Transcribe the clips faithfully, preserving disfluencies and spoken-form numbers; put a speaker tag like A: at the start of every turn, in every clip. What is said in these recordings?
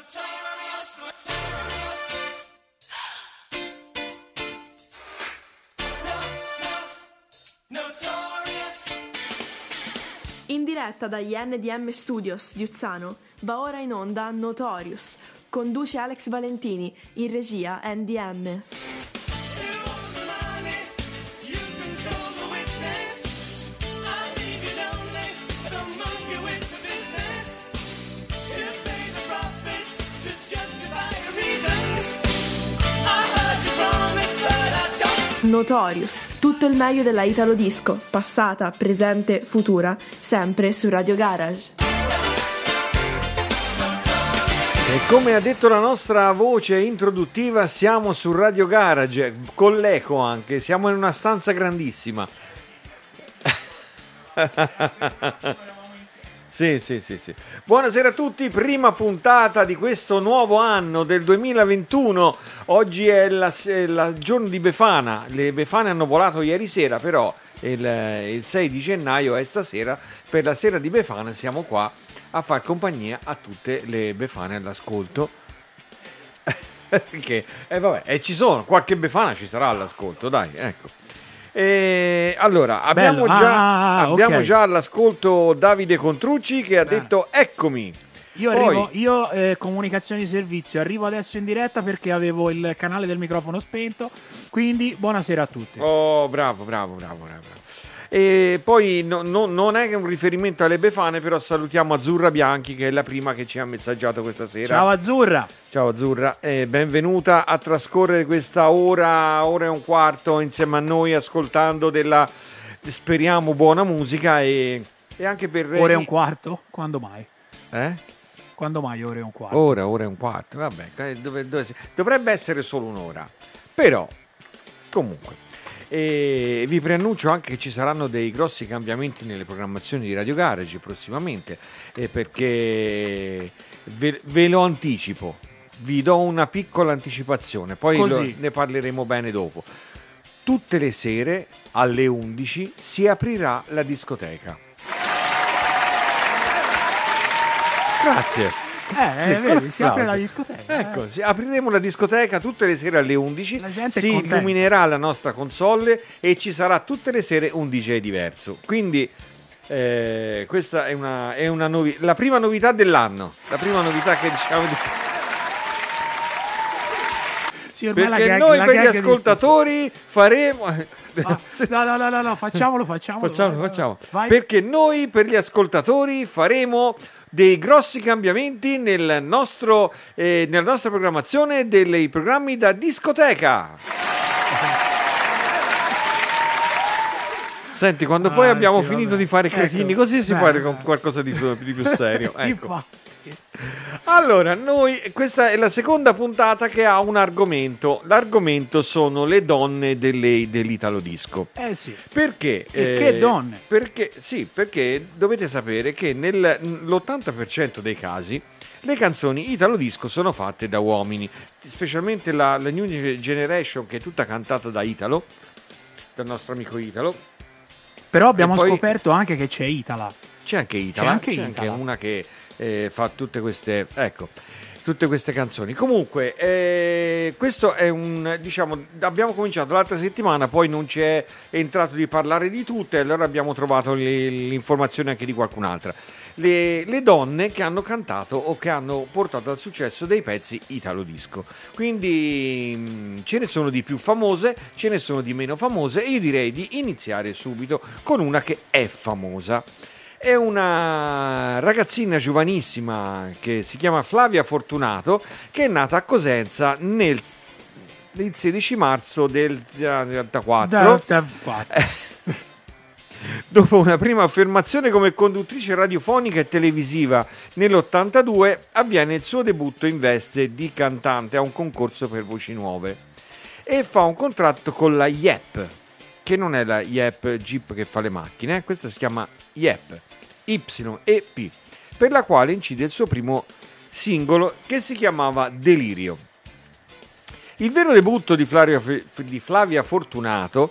A: In diretta dagli N D M Studios di Uzzano va ora in onda Notorious. Conduce Alex Valentini, in regia N D M. Notorious, tutto il meglio della Italo Disco, passata, presente, futura, sempre su Radio Garage.
B: E come ha detto la nostra voce introduttiva, siamo su Radio Garage, con l'eco anche, siamo in una stanza grandissima. Sì, sì, sì, sì. Buonasera a tutti, prima puntata di questo nuovo anno del duemilaventuno. Oggi è il giorno di Befana. Le Befane hanno volato ieri sera, però il, il sei di gennaio è stasera. Per la sera di Befana siamo qua a far compagnia a tutte le Befane all'ascolto. Perché, eh vabbè, e ci sono, qualche Befana ci sarà all'ascolto, dai, ecco. E allora abbiamo, già,
C: ah,
B: abbiamo
C: okay.
B: già all'ascolto Davide Contrucci che ha
C: Bene.
B: detto eccomi.
C: Io
B: Poi,
C: arrivo, io eh, comunicazioni di servizio, arrivo adesso in diretta perché avevo il canale del microfono spento, quindi buonasera a tutti.
B: oh bravo bravo bravo bravo. E poi no, no, non è un riferimento alle Befane, però salutiamo Azzurra Bianchi che è la prima che ci ha messaggiato questa sera.
C: Ciao Azzurra.
B: Ciao Azzurra, e benvenuta a trascorrere questa ora, ora e un quarto insieme a noi ascoltando della, speriamo, buona musica e, e anche per...
C: Ore e un quarto? Quando mai?
B: Eh?
C: Quando mai ore e un quarto?
B: Ora, ora e un quarto, vabbè, dove, dove, dovrebbe essere solo un'ora, però comunque. E vi preannuncio anche che ci saranno dei grossi cambiamenti nelle programmazioni di Radio Garage prossimamente, eh, perché ve, ve lo anticipo, vi do una piccola anticipazione, poi lo, ne parleremo bene dopo. Tutte le sere alle undici si aprirà la discoteca. Grazie.
C: Eh,
B: Sì,
C: eh vedi, si apre
B: applausi.
C: la discoteca.
B: Ecco,
C: eh.
B: sì, apriremo la discoteca tutte le sere alle undici,
C: La gente è
B: si
C: contenta.
B: illuminerà la nostra console e ci sarà tutte le sere un D J diverso. Quindi eh, questa è una, è una novi- la prima novità dell'anno, la prima novità che diciamo di...
C: Sì, ormai
B: Perché
C: la gag-
B: noi
C: la
B: per gli
C: gag di
B: ascoltatori faremo...
C: Ah, no, no, no, no, no, facciamolo, facciamolo.
B: Facciamo, facciamo.
C: Vai.
B: Perché noi per gli ascoltatori faremo dei grossi cambiamenti nel nostro, eh, nella nostra programmazione dei programmi da discoteca. Senti, quando poi
C: Ah,
B: abbiamo
C: sì,
B: finito
C: vabbè.
B: di fare cretini
C: Ecco.
B: così si
C: Beh,
B: parla con
C: beh.
B: qualcosa di più, di più serio. Ecco.
C: Infatti.
B: Allora, noi questa è la seconda puntata che ha un argomento. L'argomento sono le donne delle, dell'Italo Disco.
C: Eh sì.
B: Perché?
C: E che donne?
B: Perché, sì, perché dovete sapere che nell'ottanta per cento dei casi le canzoni Italo Disco sono fatte da uomini, specialmente la, la New Generation, che è tutta cantata da Italo, dal nostro amico Italo.
C: Però abbiamo
B: E poi
C: scoperto anche che c'è Itala.
B: C'è anche Itala,
C: C'è anche
B: c'è
C: Itala.
B: anche una che eh, fa tutte queste, ecco, tutte queste canzoni. Comunque, eh, questo è un, diciamo, abbiamo cominciato l'altra settimana, poi non ci è entrato di parlare di tutte, allora abbiamo trovato le, l'informazione anche di qualcun'altra. Le, le donne che hanno cantato o che hanno portato al successo dei pezzi Italo Disco. Quindi mh, ce ne sono di più famose, ce ne sono di meno famose, e io direi di iniziare subito con una che è famosa. È una ragazzina giovanissima che si chiama Flavia Fortunato, che è nata a Cosenza nel, il sedici marzo del novantaquattro. Dopo una prima affermazione come conduttrice radiofonica e televisiva nell'ottantadue, avviene il suo debutto in veste di cantante a un concorso per voci nuove e fa un contratto con la Y E P, che non è la Y E P Jeep che fa le macchine, eh? Questa si chiama Y E P, Y E P, per la quale incide il suo primo singolo che si chiamava Delirio. Il vero debutto di Flavia, di Flavia Fortunato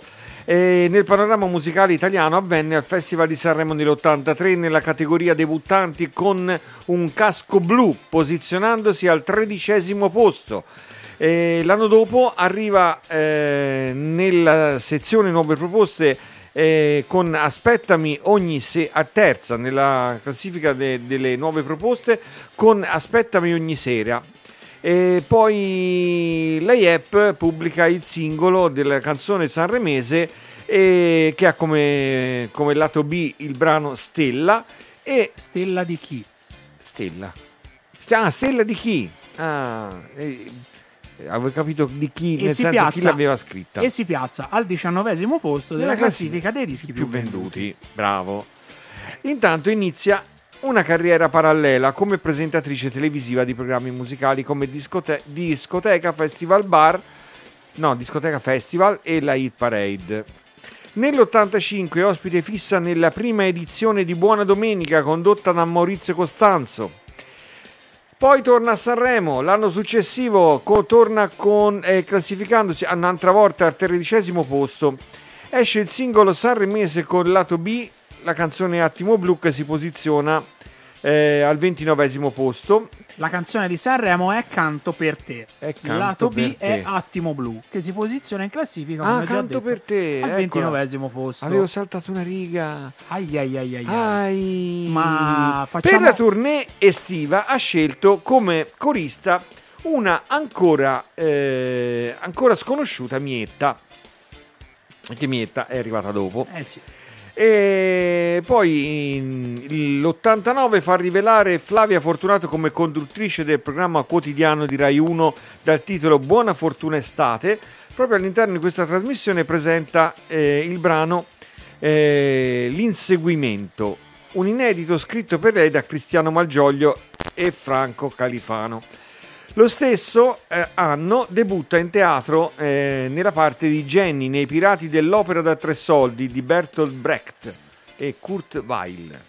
B: E nel panorama musicale italiano avvenne al Festival di Sanremo nell'ottantatré nella categoria debuttanti con Un casco blu, posizionandosi al tredicesimo posto. E l'anno dopo arriva eh, nella sezione nuove proposte eh, con Aspettami ogni se- a terza nella classifica de- delle nuove proposte con Aspettami ogni sera. E poi la I E P pubblica il singolo della canzone sanremese eh, che ha come, come lato B il brano Stella. E
C: Stella di chi?
B: Stella. Ah, Stella di chi? Ah, eh, avevo capito di chi,
C: E
B: nel
C: si
B: senso
C: piazza-
B: chi l'aveva scritta.
C: E si piazza al diciannovesimo posto della
B: Nella
C: classifica dei dischi
B: più
C: più venduti.
B: venduti. Bravo. Intanto inizia una carriera parallela come presentatrice televisiva di programmi musicali come discote- Discoteca Festival Bar, no, Discoteca Festival e la Hit Parade. Nell'ottantacinque ospite fissa nella prima edizione di Buona Domenica condotta da Maurizio Costanzo. Poi torna a Sanremo, l'anno successivo co- torna con, eh, classificandosi un'altra volta al tredicesimo posto. Esce il singolo sanremese con lato B, la canzone Attimo Blu, che si posiziona eh, al ventinovesimo posto.
C: La canzone di Sanremo è Canto per te.
B: È
C: Il
B: Canto
C: lato B
B: per te.
C: è Attimo Blu, che si posiziona in classifica
B: Ah,
C: come già
B: Canto
C: detto,
B: per te,
C: al
B: eccola.
C: ventinovesimo posto.
B: Avevo saltato una riga.
C: Ai ai ai ai ai.
B: Ai.
C: Ma facciamo-
B: Per la tournée estiva ha scelto come corista una ancora, eh, ancora sconosciuta Mietta, che Mietta è arrivata dopo.
C: Eh sì.
B: E poi in- l'ottantanove fa rivelare Flavia Fortunato come conduttrice del programma quotidiano di Rai uno dal titolo Buona Fortuna Estate. Proprio all'interno di questa trasmissione presenta eh, il brano eh, L'Inseguimento, un inedito scritto per lei da Cristiano Malgioglio e Franco Califano. Lo stesso eh, anno debutta in teatro eh, nella parte di Jenny nei Pirati dell'Opera da tre soldi di Bertolt Brecht e Kurt Weill.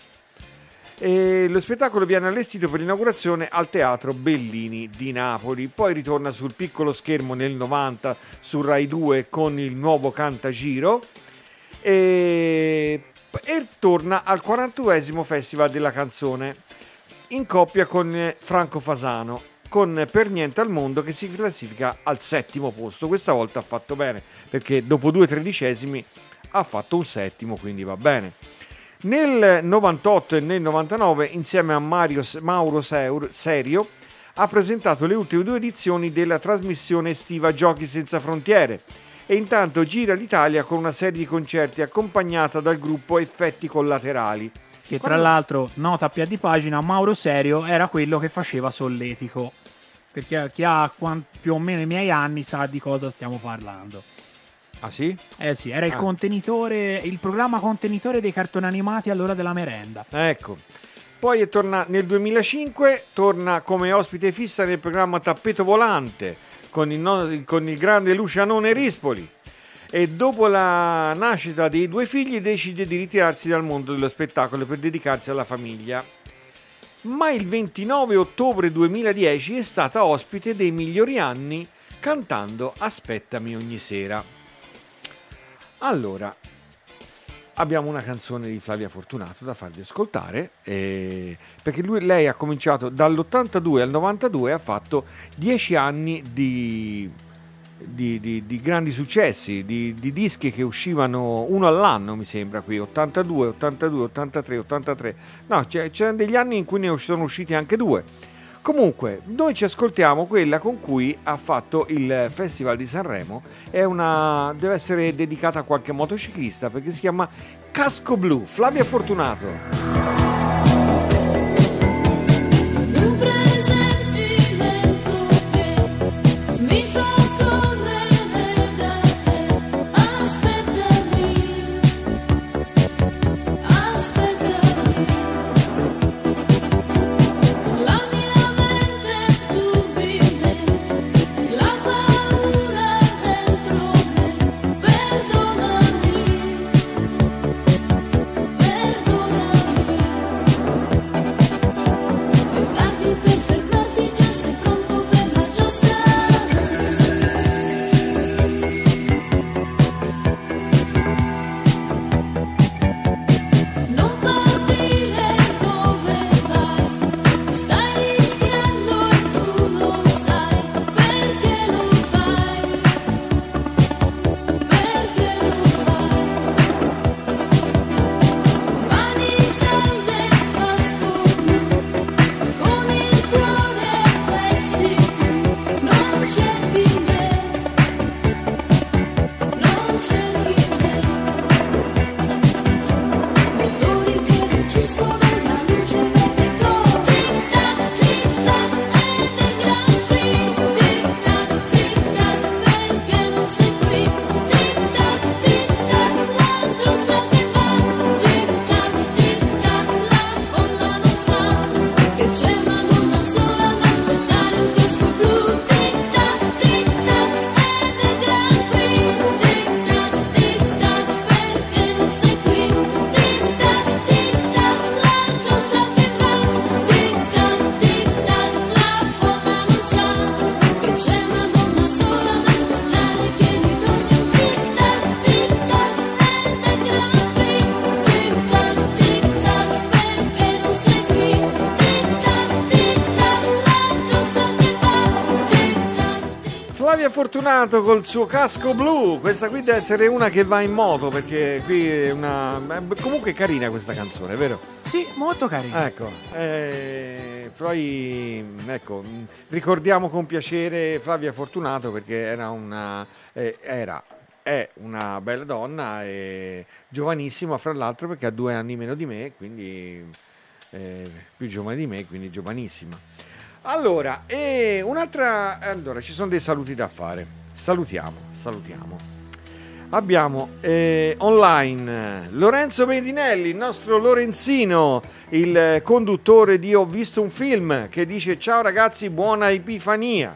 B: E lo spettacolo viene allestito per l'inaugurazione al Teatro Bellini di Napoli. Poi ritorna sul piccolo schermo nel novanta su Rai due con il nuovo Cantagiro e, e torna al quarantunesimo Festival della Canzone in coppia con Franco Fasano, con Per niente al mondo, che si classifica al settimo posto. Questa volta ha fatto bene, perché dopo due tredicesimi ha fatto un settimo, quindi va bene. Nel novantotto e nel novantanove, insieme a Mario, Mauro Seur- Serio, ha presentato le ultime due edizioni della trasmissione estiva Giochi senza frontiere e intanto gira l'Italia con una serie di concerti accompagnata dal gruppo Effetti Collaterali.
C: Che tra
B: Quando-
C: l'altro, nota a piedi pagina, Mauro Serio era quello che faceva Solletico. Perché chi ha quan- più o meno i miei anni sa di cosa stiamo parlando.
B: Ah sì?
C: Eh sì, era il
B: Ah.
C: contenitore, il programma contenitore dei cartoni animati all'ora della merenda.
B: Ecco. Poi è torna- nel duemilacinque torna come ospite fissa nel programma Tappeto Volante con il, no- con il grande Lucianone Rispoli. E dopo la nascita dei due figli decide di ritirarsi dal mondo dello spettacolo per dedicarsi alla famiglia. Ma il ventinove ottobre duemiladieci è stata ospite dei Migliori Anni cantando Aspettami ogni sera. Allora, abbiamo una canzone di Flavia Fortunato da farvi ascoltare, eh, perché lui, lei ha cominciato dall'ottantadue al novantadue, ha fatto dieci anni di... Di, di, di grandi successi, di, di dischi che uscivano uno all'anno, mi sembra qui, ottantadue, ottantadue, ottantatré, ottantatré. No, c'è- c'erano degli anni in cui ne sono usciti anche due. Comunque, noi ci ascoltiamo quella con cui ha fatto il Festival di Sanremo. È una, deve essere dedicata a qualche motociclista, perché si chiama Casco Blu, Flavia Fortunato.
D: Un presentimento che mi fa correre da te. Aspettami, aspettami. La mia mente dubita, la paura dentro me. Perdonami, perdonami. disco della luce verde con tic tac tic tac ed è Grand Prix. Tic tac tic tac perché non sei qui. Tic tac tic tac la giostra che va. Tic tac tic tac la folla non sa che c'è una donna sola ad aspettare un disco blu. Tic tac tic tac ed è Grand Prix. Tic tac tic tac perché non sei qui. Tic tac tic tac la giostra che va. Tic tac tic tac la folla non sa che c'è una donna sola ad aspettare che ritorni un tic tac tic tac ed è Grand Prix. Tic tac tic tac perché non sei qui. Tic tac tic tac la giostra che va. Tic tac tic.
B: Flavia Fortunato col suo casco blu. Questa qui deve essere una che va in moto, perché qui è una... eh, comunque è carina questa canzone, vero?
C: Sì, molto carino.
B: Ecco, eh, poi ecco, mh, ricordiamo con piacere Flavia Fortunato, perché era una eh, era è una bella donna e giovanissima, fra l'altro, perché ha due anni meno di me, quindi eh, più giovane di me, quindi giovanissima. Allora, e un'altra, allora ci sono dei saluti da fare. Salutiamo, salutiamo. Abbiamo eh, online Lorenzo Bedinelli, il nostro Lorenzino, il conduttore di Ho visto un film, che dice: ciao ragazzi, buona Epifania.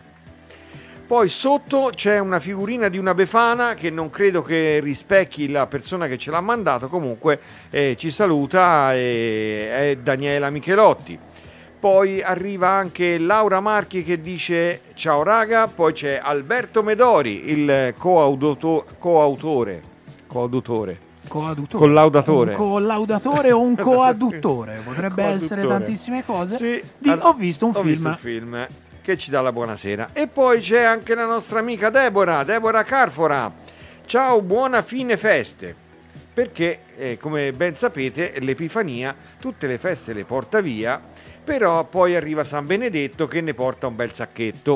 B: Poi sotto c'è una figurina di una Befana che non credo che rispecchi la persona che ce l'ha mandato, comunque eh, ci saluta, e è Daniela Michelotti. Poi arriva anche Laura Marchi che dice ciao raga. Poi c'è Alberto Medori, il coauto- coautore coautore
C: Coaduttore.
B: collaudatore
C: Un collaudatore o un coadduttore, potrebbe
B: Coadduttore.
C: essere tantissime cose.
B: Sì.
C: Di-
B: All-
C: ho visto un
B: ho
C: film.
B: visto un film che ci dà la buonasera. E poi c'è anche la nostra amica Deborah Deborah Carfora. Ciao, buona fine feste. Perché eh, come ben sapete l'Epifania tutte le feste le porta via, però poi arriva San Benedetto che ne porta un bel sacchetto.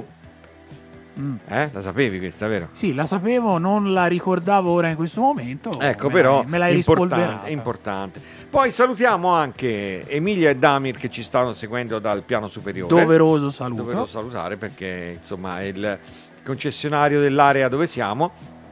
C: Mm.
B: Eh? La sapevi questa, vero?
C: Sì, la sapevo, non la ricordavo ora in questo momento.
B: Ecco,
C: me
B: però
C: l'hai, me l'hai
B: importante,
C: rispolverata.
B: importante. Poi salutiamo anche Emilia e Damir che ci stanno seguendo dal piano superiore.
C: Doveroso saluto.
B: Doveroso salutare, perché insomma è il concessionario dell'area dove siamo.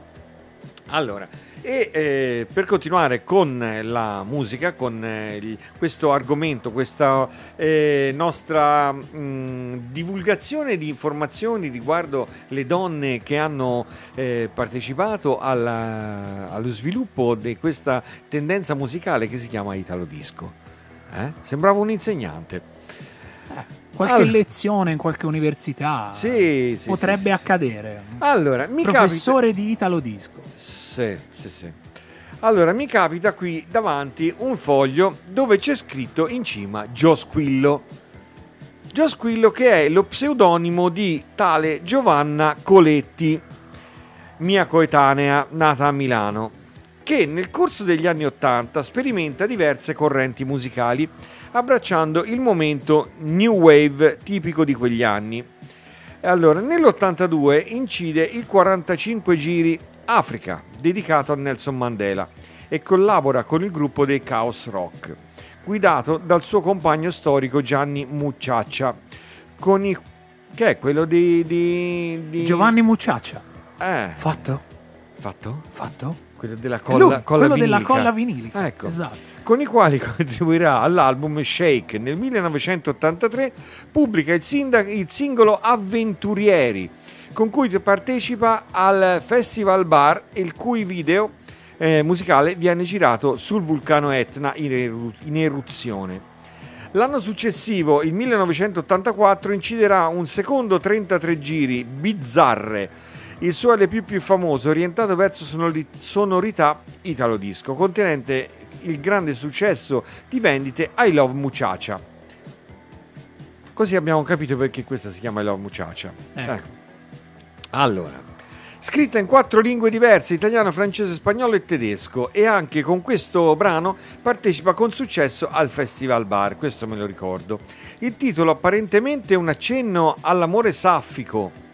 B: Allora, e eh, per continuare con la musica, con eh, il- questo argomento, questa eh, nostra mh, divulgazione di informazioni riguardo le donne che hanno eh, partecipato alla- allo sviluppo di questa tendenza musicale che si chiama Italo Disco. Eh? Sembrava un insegnante.
C: Qualche
B: Allora.
C: lezione in qualche università
B: Sì, sì,
C: potrebbe
B: sì, sì, sì.
C: accadere.
B: Allora, mi
C: Professore di Italo Disco.
B: capita... Sì, sì, sì. Allora, mi capita qui davanti un foglio dove c'è scritto in cima Gio Squillo. Gio Squillo, che è lo pseudonimo di tale Giovanna Coletti, mia coetanea, nata a Milano, che nel corso degli anni Ottanta sperimenta diverse correnti musicali, abbracciando il momento new wave tipico di quegli anni. E allora, nell'ottantadue incide il quarantacinque giri Africa, dedicato a Nelson Mandela, e collabora con il gruppo dei Chaos Rock, guidato dal suo compagno storico Gianni Mucciaccia, con i... che è quello di... di, di...
C: Giovanni Mucciaccia.
B: Eh,
C: Fatto?
B: fatto?
C: Fatto?
B: Quello della
C: È
B: colla,
C: lui,
B: colla
C: quello
B: vinilica.
C: della colla vinilica.
B: Ecco.
C: Esatto.
B: Con i quali contribuirà all'album Shake. Nel millenovecentottantatré pubblica il, sinda- il singolo Avventurieri, con cui partecipa al Festival Bar, il cui video eh, musicale viene girato sul vulcano Etna in, eru- in eruzione. L'anno successivo, il millenovecentottantaquattro, inciderà un secondo trentatré giri, Bizzarre, il suo L P più famoso, orientato verso sonori- sonorità italo disco, contenente il grande successo di vendite I Love Muchacha. Così abbiamo capito perché questa si chiama I Love Muchacha.
C: Ecco.
B: Ecco. Allora, scritta in quattro lingue diverse, italiano, francese, spagnolo e tedesco, e anche con questo brano partecipa con successo al Festival Bar, questo me lo ricordo. Il titolo apparentemente è un accenno all'amore saffico,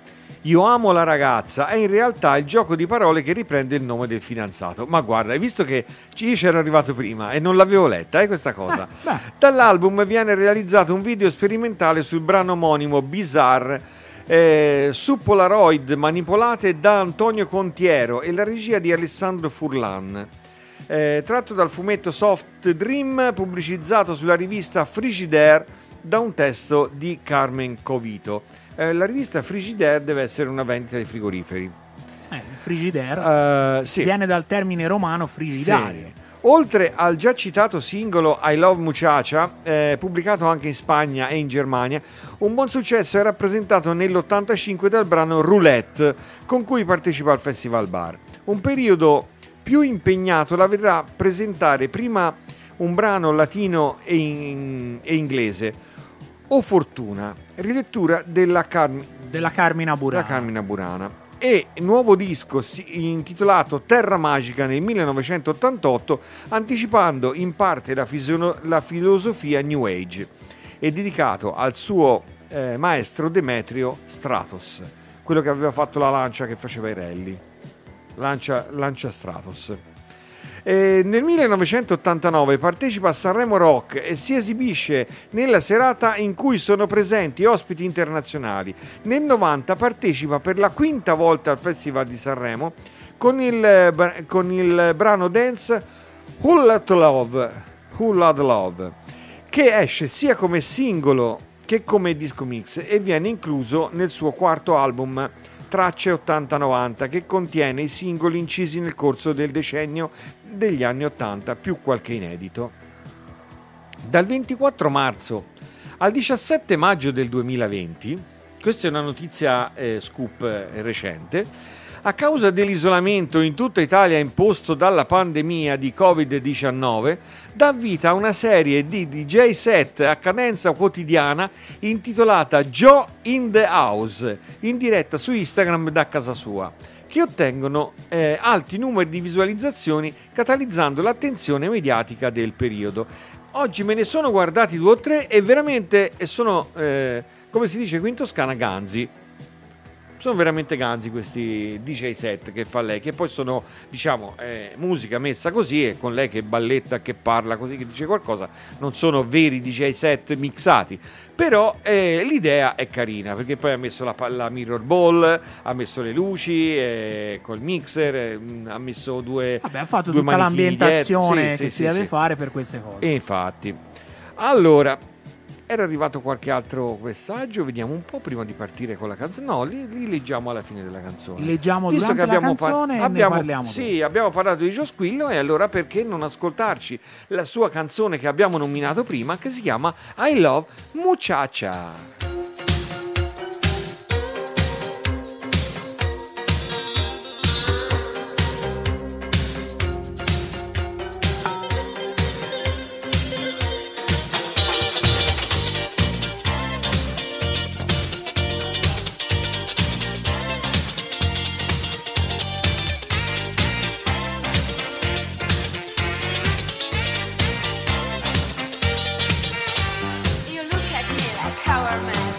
B: Io amo la ragazza è in realtà il gioco di parole che riprende il nome del fidanzato. Ma guarda, hai visto che io c'ero arrivato prima e non l'avevo letta, eh, questa cosa.
C: Eh, beh.
B: Dall'album viene realizzato un video sperimentale sul brano omonimo Bizarre, eh, su Polaroid manipolate da Antonio Contiero e la regia di Alessandro Furlan. Eh, tratto dal fumetto Soft Dream pubblicizzato sulla rivista Frigidaire da un testo di Carmen Covito. Eh, la rivista Frigidaire deve essere una vendita di frigoriferi.
C: Eh, il Frigidaire
B: Eh, sì.
C: viene dal termine romano frigidario.
B: Sì. Oltre al già citato singolo I Love Muchacha, eh, pubblicato anche in Spagna e in Germania, un buon successo è rappresentato nell'ottantacinque dal brano Roulette, con cui partecipa al Festival Bar. Un periodo più impegnato la vedrà presentare prima un brano latino e, in, e inglese, O Fortuna, rilettura della, Carmi,
C: Della Carmina Burana.
B: della Carmina Burana, e nuovo disco si- intitolato Terra Magica nel millenovecentottantotto, anticipando in parte la, fisiono- la filosofia New Age, e dedicato al suo eh, maestro Demetrio Stratos, quello che aveva fatto la lancia che faceva i rally, lancia, lancia Stratos. Eh, nel millenovecentottantanove partecipa a Sanremo Rock e si esibisce nella serata in cui sono presenti ospiti internazionali. Nel novanta partecipa per la quinta volta al Festival di Sanremo con il, eh, bra- con il brano dance Who Let Love, Who Let Love, che esce sia come singolo che come disco mix e viene incluso nel suo quarto album Tracce ottanta novanta, che contiene i singoli incisi nel corso del decennio degli anni ottanta più qualche inedito. Dal ventiquattro marzo al diciassette maggio del duemilaventi, questa è una notizia eh, scoop eh, recente, a causa dell'isolamento in tutta Italia imposto dalla pandemia di covid diciannove, dà vita a una serie di D J set a cadenza quotidiana intitolata Joe in the House, in diretta su Instagram da casa sua, che ottengono eh, alti numeri di visualizzazioni, catalizzando l'attenzione mediatica del periodo. Oggi me ne sono guardati due o tre e veramente sono, eh, come si dice qui in Toscana, ganzi. Sono veramente ganzi questi D J set che fa lei, che poi sono, diciamo, eh, musica messa così e con lei che balletta, che parla così, che dice qualcosa. Non sono veri D J set mixati, però eh, l'idea è carina, perché poi ha messo la, la mirror ball, ha messo le luci eh, col mixer, eh, ha messo due
C: Vabbè, ha fatto
B: due
C: tutta
B: manichini
C: l'ambientazione
B: dietro. Sì,
C: che
B: sì,
C: si
B: sì,
C: deve
B: sì.
C: fare per queste cose.
B: E infatti, allora, era arrivato qualche altro messaggio, vediamo un po' prima di partire con la canzone. No, li, li leggiamo alla fine della canzone.
C: Li leggiamo
B: Visto
C: durante
B: che abbiamo
C: la canzone
B: par-
C: e
B: abbiamo,
C: ne parliamo
B: Sì, abbiamo parlato di Gio Squillo, e allora perché non ascoltarci la sua canzone che abbiamo nominato prima, che si chiama I Love Muchacha.
D: You look at me like our man.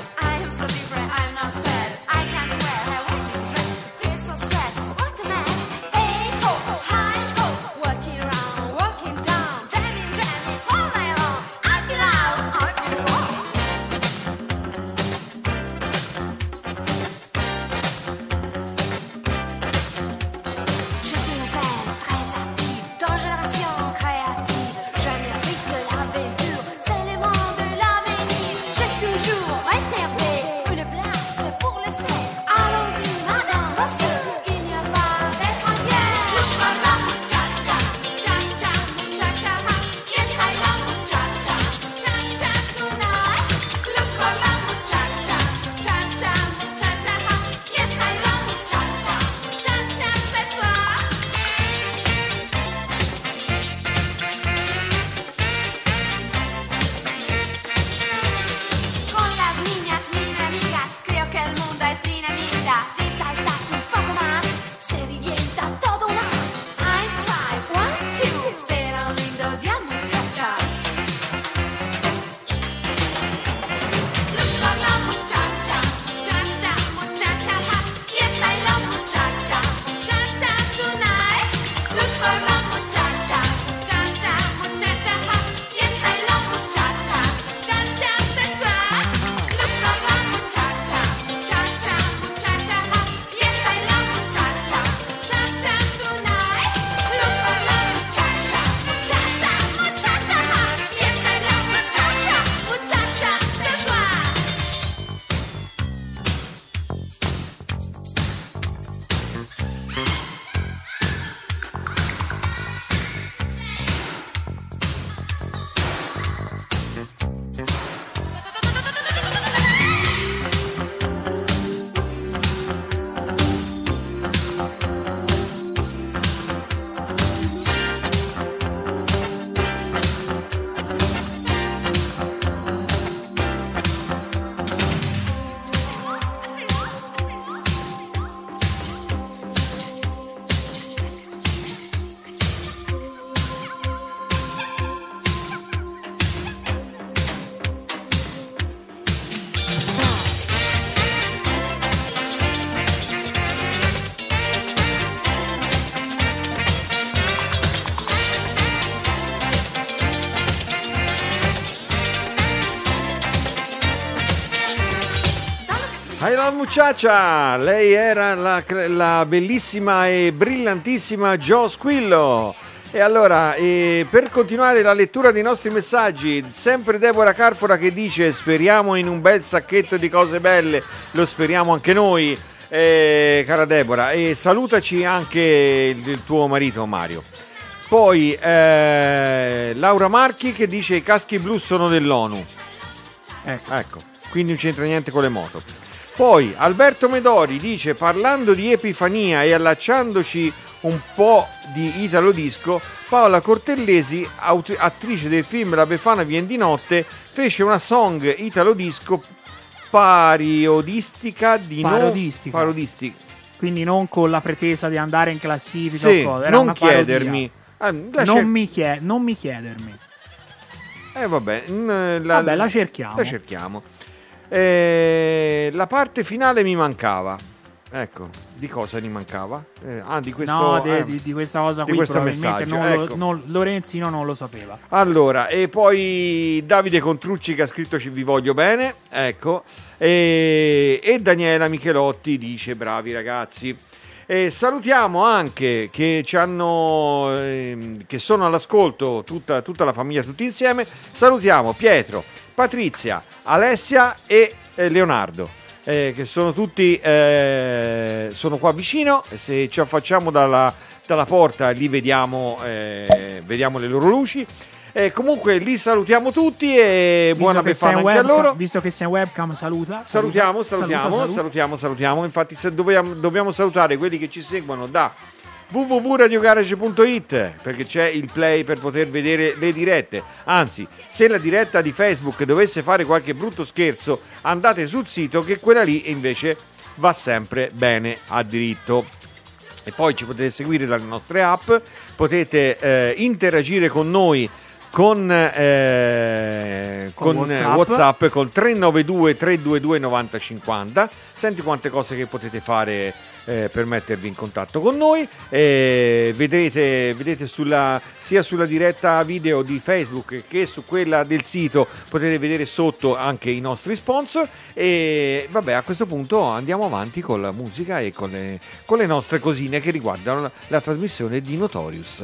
B: I love muchacha, lei era la, la bellissima e brillantissima Jo Squillo. E allora, eh, per continuare la lettura dei nostri messaggi, sempre Deborah Carfora che dice speriamo in un bel sacchetto di cose belle, lo speriamo anche noi, eh, cara Deborah, e salutaci anche il, il tuo marito Mario. Poi eh, Laura Marchi che dice i caschi blu sono dell'ONU.
C: Ecco.
B: Ecco, quindi non c'entra niente con le moto. Poi Alberto Medori dice parlando di Epifania e allacciandoci un po' di Italo Disco, Paola Cortellesi, aut- attrice del film La Befana vien di notte, fece una song Italo Disco parodistica di no-
C: Parodistica.
B: parodistica.
C: Quindi non con la pretesa di andare in classifica
B: Sì,
C: o cosa, era
B: non
C: una parodia.
B: chiedermi. Ah, la
C: Non
B: cer-
C: mi, chie- non mi chiedermi.
B: Eh vabbè, n- la,
C: Vabbè, la cerchiamo.
B: La cerchiamo. Eh, la parte finale mi mancava. Ecco, di cosa mi mancava? Eh, ah, di questo
C: no, de-
B: eh,
C: di, di questa cosa
B: di
C: qui
B: questo
C: probabilmente
B: messaggio,
C: non lo-
B: ecco.
C: non- Lorenzino non lo sapeva.
B: Allora, e poi Davide Contrucci che ha scritto ci vi voglio bene, ecco, e, e Daniela Michelotti dice bravi ragazzi. E salutiamo anche che ci hanno ehm, che sono all'ascolto tutta, tutta la famiglia tutti insieme. Salutiamo Pietro, Patrizia, Alessia e eh, Leonardo. Eh, che sono tutti eh, sono qua vicino. Se ci affacciamo dalla, dalla porta li vediamo eh, vediamo le loro luci. Eh, comunque li salutiamo tutti e
C: Visto
B: buona
C: che sei
B: Befana
C: in
B: anche a
C: webcam-
B: loro.
C: Visto che sei in webcam, saluta.
B: Salutiamo,
C: saluta,
B: salutiamo,
C: saluta, saluta.
B: salutiamo, salutiamo. Infatti se dobbiamo, dobbiamo salutare quelli che ci seguono da w w w punto radio garage punto i t perché c'è il play per poter vedere le dirette. Anzi, se la diretta di Facebook dovesse fare qualche brutto scherzo, andate sul sito che quella lì invece va sempre bene a diritto. E poi ci potete seguire dalle nostre app, potete eh, interagire con noi con, eh,
C: Con
B: con
C: WhatsApp.
B: WhatsApp col tre nove due tre due due nove zero cinque zero. Senti quante cose che potete fare eh, per mettervi in contatto con noi. Eh, vedrete vedete sulla, sia sulla diretta video di Facebook che su quella del sito potete vedere sotto anche i nostri sponsor. E vabbè, a questo punto andiamo avanti con la musica e con le, con le nostre cosine che riguardano la, la trasmissione di Notorious.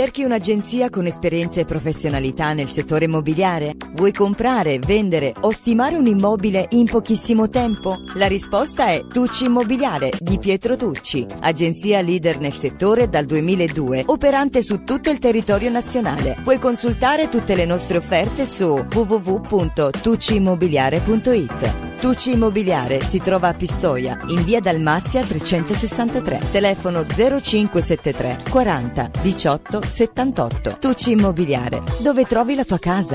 E: Cerchi un'agenzia con esperienza e professionalità nel settore immobiliare? Vuoi comprare, vendere o stimare un immobile in pochissimo tempo? La risposta è Tucci Immobiliare di Pietro Tucci, agenzia leader nel settore dal duemiladue, operante su tutto il territorio nazionale. Puoi consultare tutte le nostre offerte su w w w punto tucci immobiliare punto i t. Tucci Immobiliare si trova a Pistoia, in via Dalmazia trecentosessantatré, telefono zero cinque sette tre quaranta diciotto settantotto. Tucci Immobiliare, dove trovi la tua casa.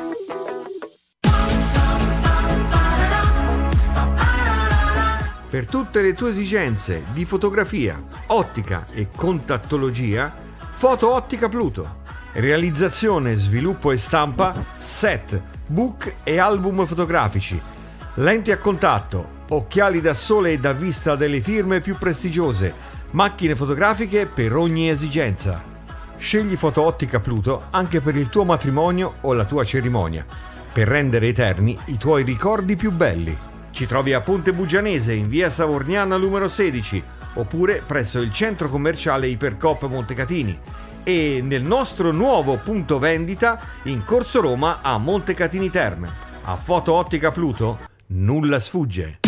B: Per tutte le tue esigenze di fotografia, ottica e contattologia, Foto Ottica Pluto. Realizzazione, sviluppo e stampa, set, book e album fotografici. Lenti a contatto, occhiali da sole e da vista delle firme più prestigiose, macchine fotografiche per ogni esigenza. Scegli Foto Ottica Pluto anche per il tuo matrimonio o la tua cerimonia, per rendere eterni i tuoi ricordi più belli. Ci trovi a Ponte Bugianese in via Savorniana numero sedici, oppure presso il centro commerciale Ipercoop Montecatini e nel nostro nuovo punto vendita in Corso Roma a Montecatini Terme. A Foto Ottica Pluto nulla sfugge.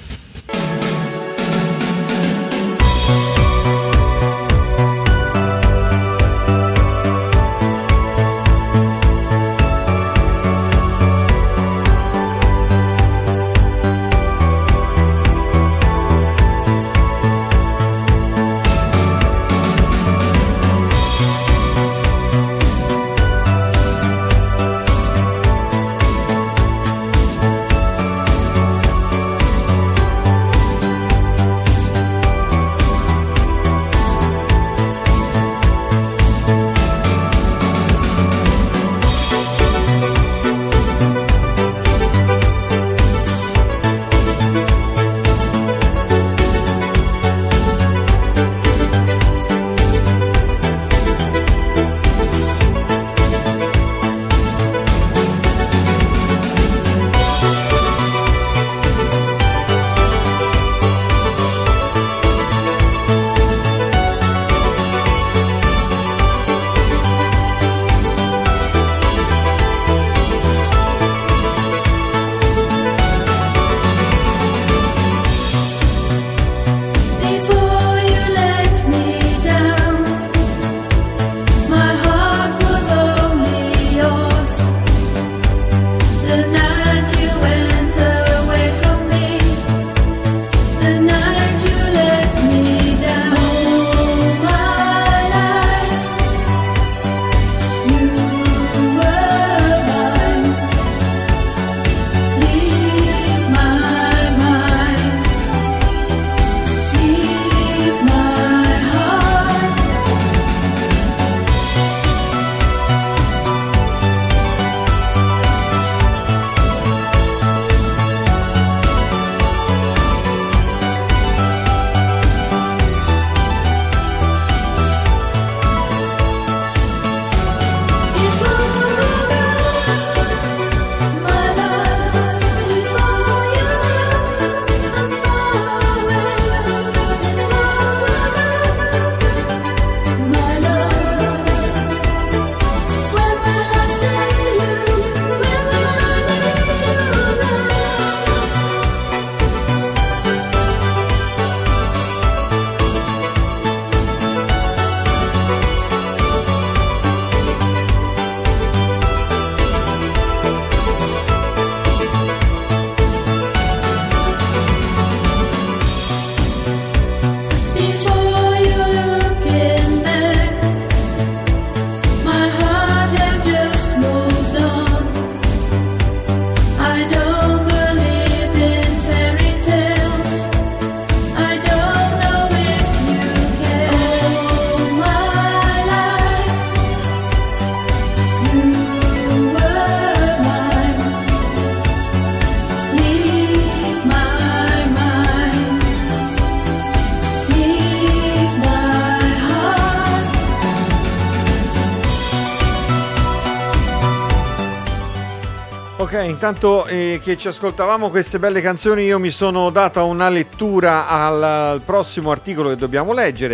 B: Ok, intanto eh, che ci ascoltavamo queste belle canzoni, io mi sono data una lettura al, al prossimo articolo che dobbiamo leggere,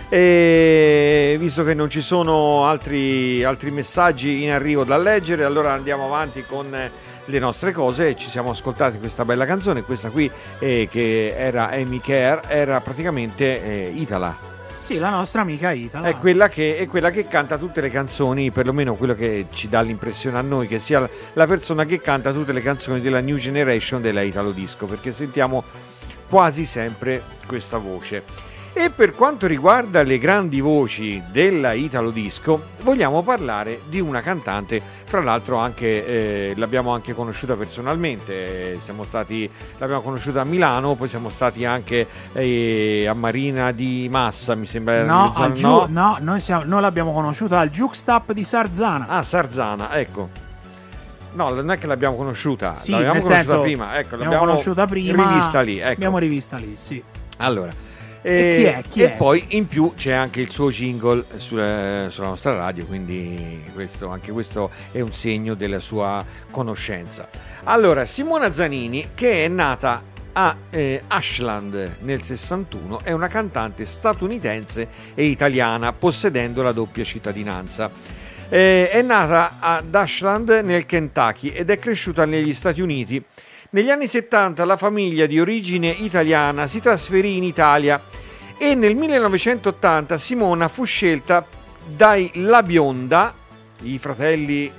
B: E visto che non ci sono altri, altri messaggi in arrivo da leggere, allora andiamo avanti con le nostre cose. Ci siamo ascoltati questa bella canzone, questa qui eh, che era Amy Kerr, era praticamente eh, Itala.
C: Sì, la nostra amica Itala.
B: È quella, che, è quella che canta tutte le canzoni, perlomeno quello che ci dà l'impressione a noi, che sia la persona che canta tutte le canzoni della New Generation della Italo Disco, perché sentiamo quasi sempre questa voce. E per quanto riguarda le grandi voci della Italo Disco, vogliamo parlare di una cantante, fra l'altro anche eh, l'abbiamo anche conosciuta personalmente, siamo stati, l'abbiamo conosciuta a Milano, poi siamo stati anche eh, a Marina di Massa, mi sembra.
C: No,
B: zona,
C: al Giu-
B: no?
C: no noi, siamo, noi l'abbiamo conosciuta al Jukestap di Sarzana.
B: Ah, Sarzana, ecco. No, non è che l'abbiamo conosciuta,
C: Sì,
B: l'abbiamo
C: nel
B: conosciuta
C: senso,
B: prima, ecco,
C: l'abbiamo
B: l'abbiamo
C: conosciuta prima,
B: rivista lì, ecco.
C: Abbiamo rivista lì, sì.
B: Allora,
C: E chi è? Chi
B: e
C: è?
B: poi in più c'è anche il suo jingle sulla, sulla nostra radio, quindi questo, anche questo è un segno della sua conoscenza. Allora, Simona Zanini, che è nata a eh, Ashland nel sessantuno, è una cantante statunitense e italiana, possedendo la doppia cittadinanza. Eh, è nata ad Ashland nel Kentucky ed è cresciuta negli Stati Uniti. Negli anni settanta la famiglia di origine italiana si trasferì in Italia e nel millenovecentottanta Simona fu scelta dai La Bionda, i fratelli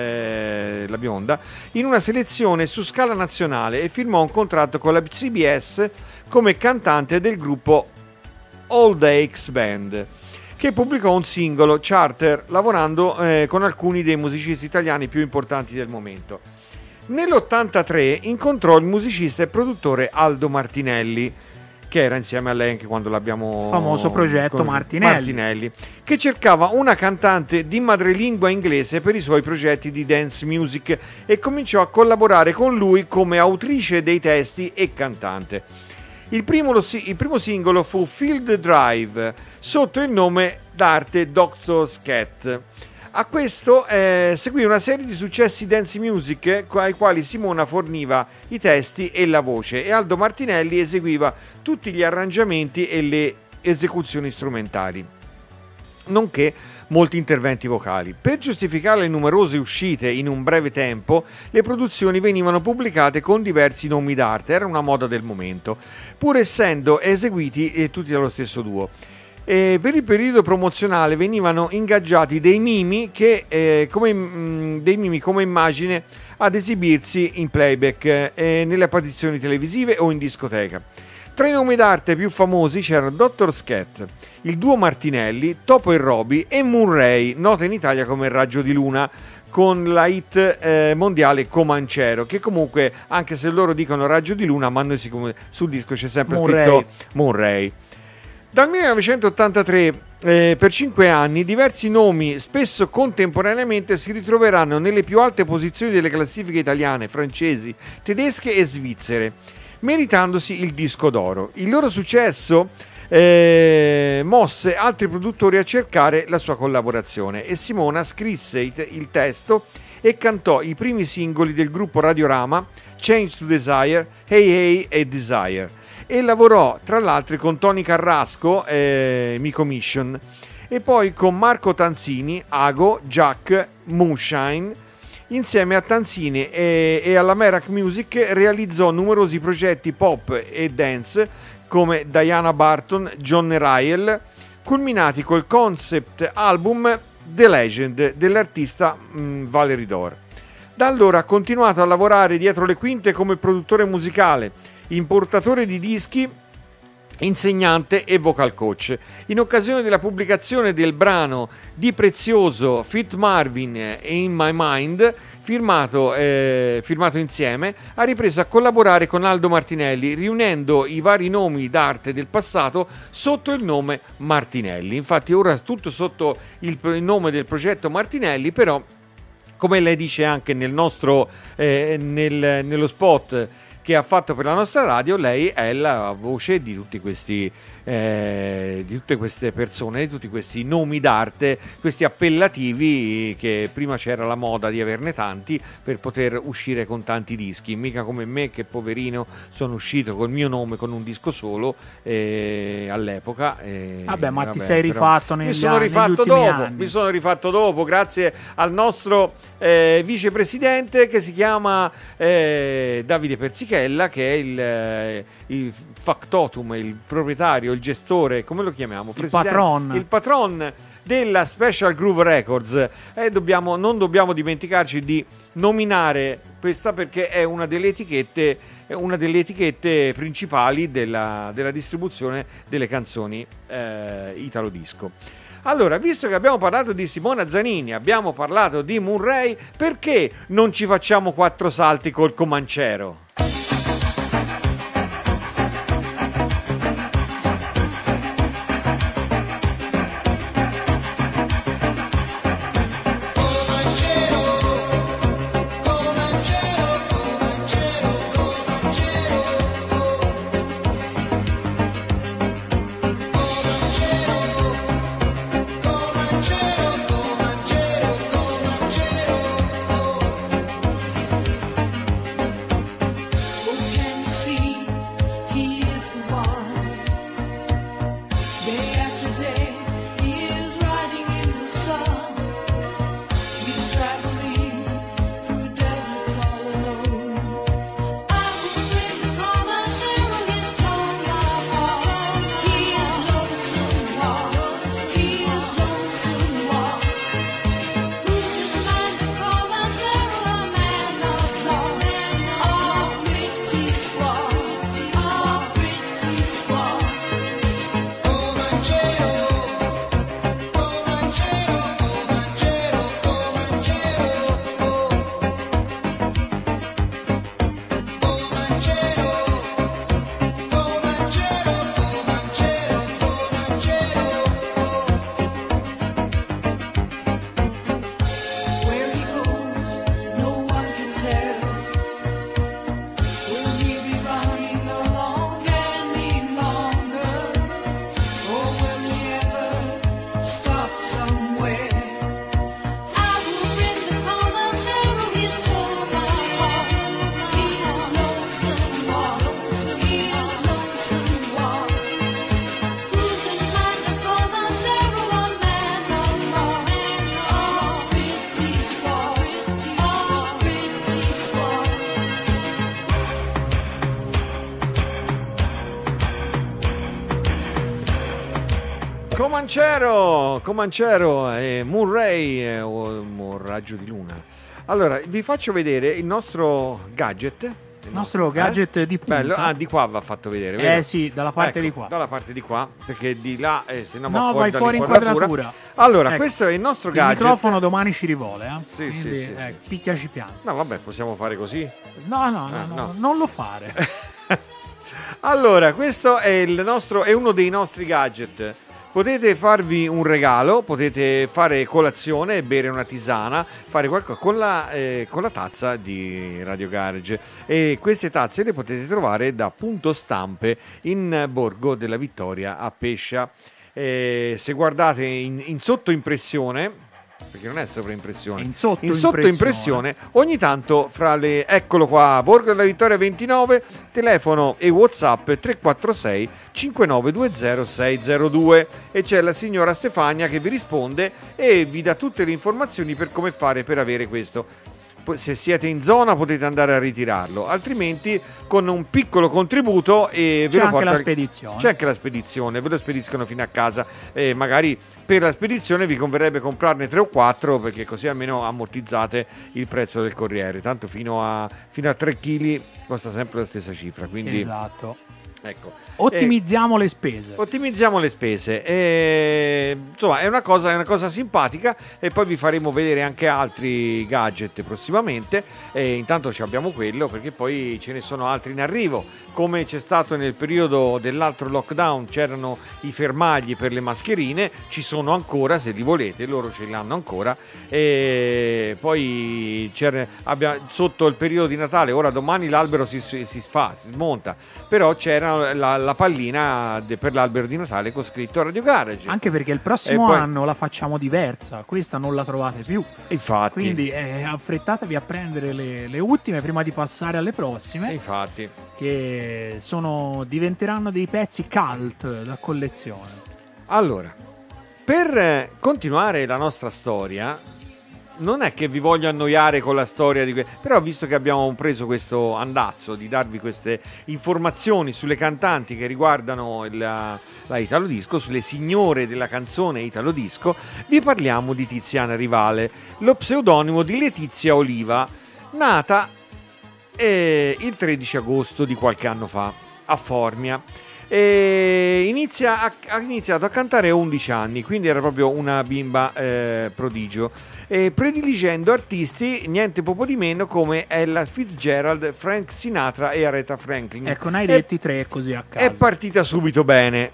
B: eh, La Bionda, in una selezione su scala nazionale e firmò un contratto con la C B S come cantante del gruppo All the X Band, che pubblicò un singolo Charter lavorando eh, con alcuni dei musicisti italiani più importanti del momento. Nell'ottantatré incontrò il musicista e produttore Aldo Martinelli, che era insieme a lei anche quando l'abbiamo...
C: Famoso progetto
B: con-
C: Martinelli.
B: Martinelli, che cercava una cantante di madrelingua inglese per i suoi progetti di dance music e cominciò a collaborare con lui come autrice dei testi e cantante. Il primo, lo si- il primo singolo fu Field Drive, sotto il nome d'arte doctor Scat. A questo eh, seguì una serie di successi dance music eh, ai quali Simona forniva i testi e la voce e Aldo Martinelli eseguiva tutti gli arrangiamenti e le esecuzioni strumentali, nonché molti interventi vocali. Per giustificare le numerose uscite in un breve tempo, le produzioni venivano pubblicate con diversi nomi d'arte, era una moda del momento, pur essendo eseguiti eh, tutti dallo stesso duo. E per il periodo promozionale venivano ingaggiati dei mimi, che, eh, come, mh, dei mimi come immagine ad esibirsi in playback eh, nelle apparizioni televisive o in discoteca. Tra i nomi d'arte più famosi c'erano doctor Scat, il duo Martinelli, Topo e Roby e Murray, nota in Italia come Raggio di Luna, con la hit eh, mondiale Comancero, che comunque, anche se loro dicono Raggio di Luna, ma noi siccome sul disco c'è sempre
C: Murray.
B: scritto Murray. Dal millenovecentottantatré eh, per cinque anni diversi nomi, spesso contemporaneamente, si ritroveranno nelle più alte posizioni delle classifiche italiane, francesi, tedesche e svizzere, meritandosi il disco d'oro. Il loro successo eh, mosse altri produttori a cercare la sua collaborazione e Simona scrisse il, il testo e cantò i primi singoli del gruppo Radiorama, Change to Desire, Hey Hey e Desire, e lavorò tra l'altro con Tony Carrasco, eh, Mico Mission, e poi con Marco Tanzini, Ago, Jack, Moonshine. Insieme a Tanzini e, e alla Merak Music realizzò numerosi progetti pop e dance come Diana Barton, John Ryle, culminati col concept album The Legend dell'artista mh, Valerie Dore. Da allora ha continuato a lavorare dietro le quinte come produttore musicale, importatore di dischi, insegnante e vocal coach. In occasione della pubblicazione del brano Di Prezioso, Fit Marvin e In My Mind, firmato, eh, firmato insieme, ha ripreso a collaborare con Aldo Martinelli, riunendo i vari nomi d'arte del passato sotto il nome Martinelli. Infatti ora tutto sotto il, il nome del progetto Martinelli, però come lei dice anche nel nostro eh, nel, nello spot che ha fatto per la nostra radio, lei è la voce di tutti questi eh, di tutte queste persone, di tutti questi nomi d'arte, questi appellativi che prima c'era la moda di averne tanti per poter uscire con tanti dischi, mica come me che poverino sono uscito col mio nome con un disco solo eh, all'epoca. eh,
C: Vabbè, ma ti
B: vabbè,
C: sei
B: però
C: rifatto negli
B: mi sono
C: anni-
B: rifatto
C: negli ultimi
B: dopo,
C: anni.
B: mi sono rifatto dopo grazie al nostro eh, vicepresidente che si chiama eh, Davide Persichella, che è il, eh, il factotum, il proprietario, il gestore, come lo chiamiamo? Presidente-
C: patron.
B: Il patron della Special Groove Records. E dobbiamo, non dobbiamo dimenticarci di nominare questa perché è una delle etichette, è una delle etichette principali della, della distribuzione delle canzoni eh, italo disco. Allora, visto che abbiamo parlato di Simona Zanini, abbiamo parlato di Murray, perché non ci facciamo quattro salti col Comancero? Comancero, Comancero e Murray eh, o o Raggio di Luna. Allora, vi faccio vedere il nostro gadget. Il
C: nostro gadget di punta.
B: Bello. Ah, di qua va fatto vedere,
C: Eh
B: vero?
C: sì, dalla parte
B: Ecco,
C: di qua.
B: Dalla parte di qua, perché di là eh, se no,
C: No,
B: va
C: vai
B: fuori
C: fuori
B: dall'inquadratura.
C: inquadratura.
B: Allora,
C: Ecco,
B: questo è il nostro
C: Il
B: gadget.
C: microfono domani ci rivola, eh?
B: Sì, sì,
C: Quindi,
B: sì, sì.
C: ecco, picchiaci piano.
B: No, vabbè, possiamo fare così.
C: No, no, no,
B: Ah,
C: no,
B: no.
C: non lo fare.
B: Allora, questo è il nostro, è uno dei nostri gadget. Potete farvi un regalo, potete fare colazione e bere una tisana, fare qualcosa con la, eh, con la tazza di Radio Garage. E queste tazze le potete trovare da Punto Stampe in Borgo della Vittoria a Pescia. Eh, se guardate in, in sottoimpressione, perché non è sovraimpressione,
C: In sottoimpressione.
B: in sottoimpressione, ogni tanto fra le, eccolo qua, Borgo della Vittoria ventinove, telefono e WhatsApp tre quattro sei cinque nove due zero sei zero due, e c'è la signora Stefania che vi risponde e vi dà tutte le informazioni per come fare per avere questo. Poi, se siete in zona potete andare a ritirarlo, altrimenti con un piccolo contributo e ve
C: C'è
B: lo
C: anche
B: porta-
C: la spedizione.
B: C'è anche la spedizione, ve lo spediscono fino a casa. E magari per la spedizione vi converrebbe comprarne tre o quattro, perché così almeno ammortizzate il prezzo del corriere. Tanto fino a, fino a tre chili costa sempre la stessa cifra, quindi
C: Esatto.
B: Ecco.
C: Ottimizziamo le spese.
B: Ottimizziamo le spese. E, insomma, è una cosa, è una cosa simpatica. E poi vi faremo vedere anche altri gadget prossimamente. E intanto ci abbiamo quello, perché poi ce ne sono altri in arrivo. Come c'è stato nel periodo dell'altro lockdown, c'erano i fermagli per le mascherine. Ci sono ancora, se li volete, loro ce li hanno ancora. E poi c'era, abbia, sotto il periodo di Natale, ora domani l'albero si, si, si fa, si smonta. Però c'era la, la pallina de, per l'albero di Natale con scritto Radio Garage.
C: Anche perché il prossimo
B: poi,
C: anno la facciamo diversa, questa non la trovate più.
B: Infatti.
C: Quindi eh, affrettatevi a prendere le, le ultime prima di passare alle prossime.
B: Infatti.
C: Che sono, diventeranno dei pezzi cult da collezione.
B: Allora, per continuare la nostra storia, non è che vi voglio annoiare con la storia di que- però visto che abbiamo preso questo andazzo di darvi queste informazioni sulle cantanti che riguardano il, la Italo Disco, sulle signore della canzone Italo Disco, vi parliamo di Tiziana Rivale, lo pseudonimo di Letizia Oliva, nata eh, il tredici agosto di qualche anno fa a Formia. E inizia a, ha iniziato a cantare a undici anni, quindi era proprio una bimba eh, prodigio, e prediligendo artisti niente poco di meno come Ella Fitzgerald, Frank Sinatra e Aretha Franklin.
C: Ecco, ne hai
B: E-
C: detti tre così a caso.
B: è partita subito bene.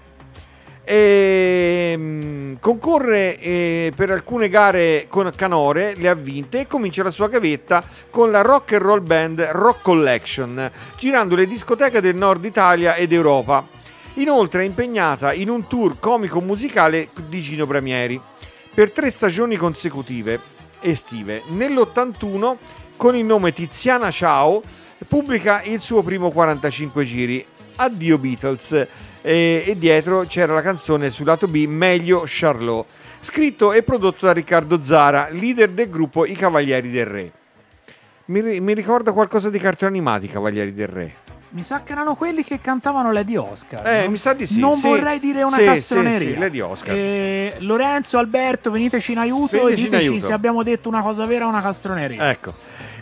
B: E, mh, concorre eh, per alcune gare con canore, le ha vinte, e comincia la sua gavetta con la rock and roll band Rock Collection, girando le discoteche del nord Italia ed Europa. Inoltre è impegnata in un tour comico-musicale di Gino Bramieri per tre stagioni consecutive estive. Nell'ottantuno, con il nome Tiziana Ciao, pubblica il suo primo quarantacinque giri, Addio Beatles, e, e dietro c'era la canzone sul lato B, Meglio Charlot, scritto e prodotto da Riccardo Zara, leader del gruppo I Cavalieri del Re. Mi, ri- mi ricorda qualcosa di cartoni animati, I Cavalieri del Re.
C: Mi sa che erano quelli che cantavano Lady Oscar.
B: Eh,
C: no?
B: mi sa di sì.
C: Non
B: sì.
C: vorrei dire una
B: Sì,
C: castroneria.
B: sì, sì, Lady Oscar.
C: Eh, Lorenzo, Alberto, veniteci in aiuto
B: Veniteci
C: e
B: in
C: diteci
B: aiuto.
C: se abbiamo detto una cosa vera o una castroneria.
B: Ecco.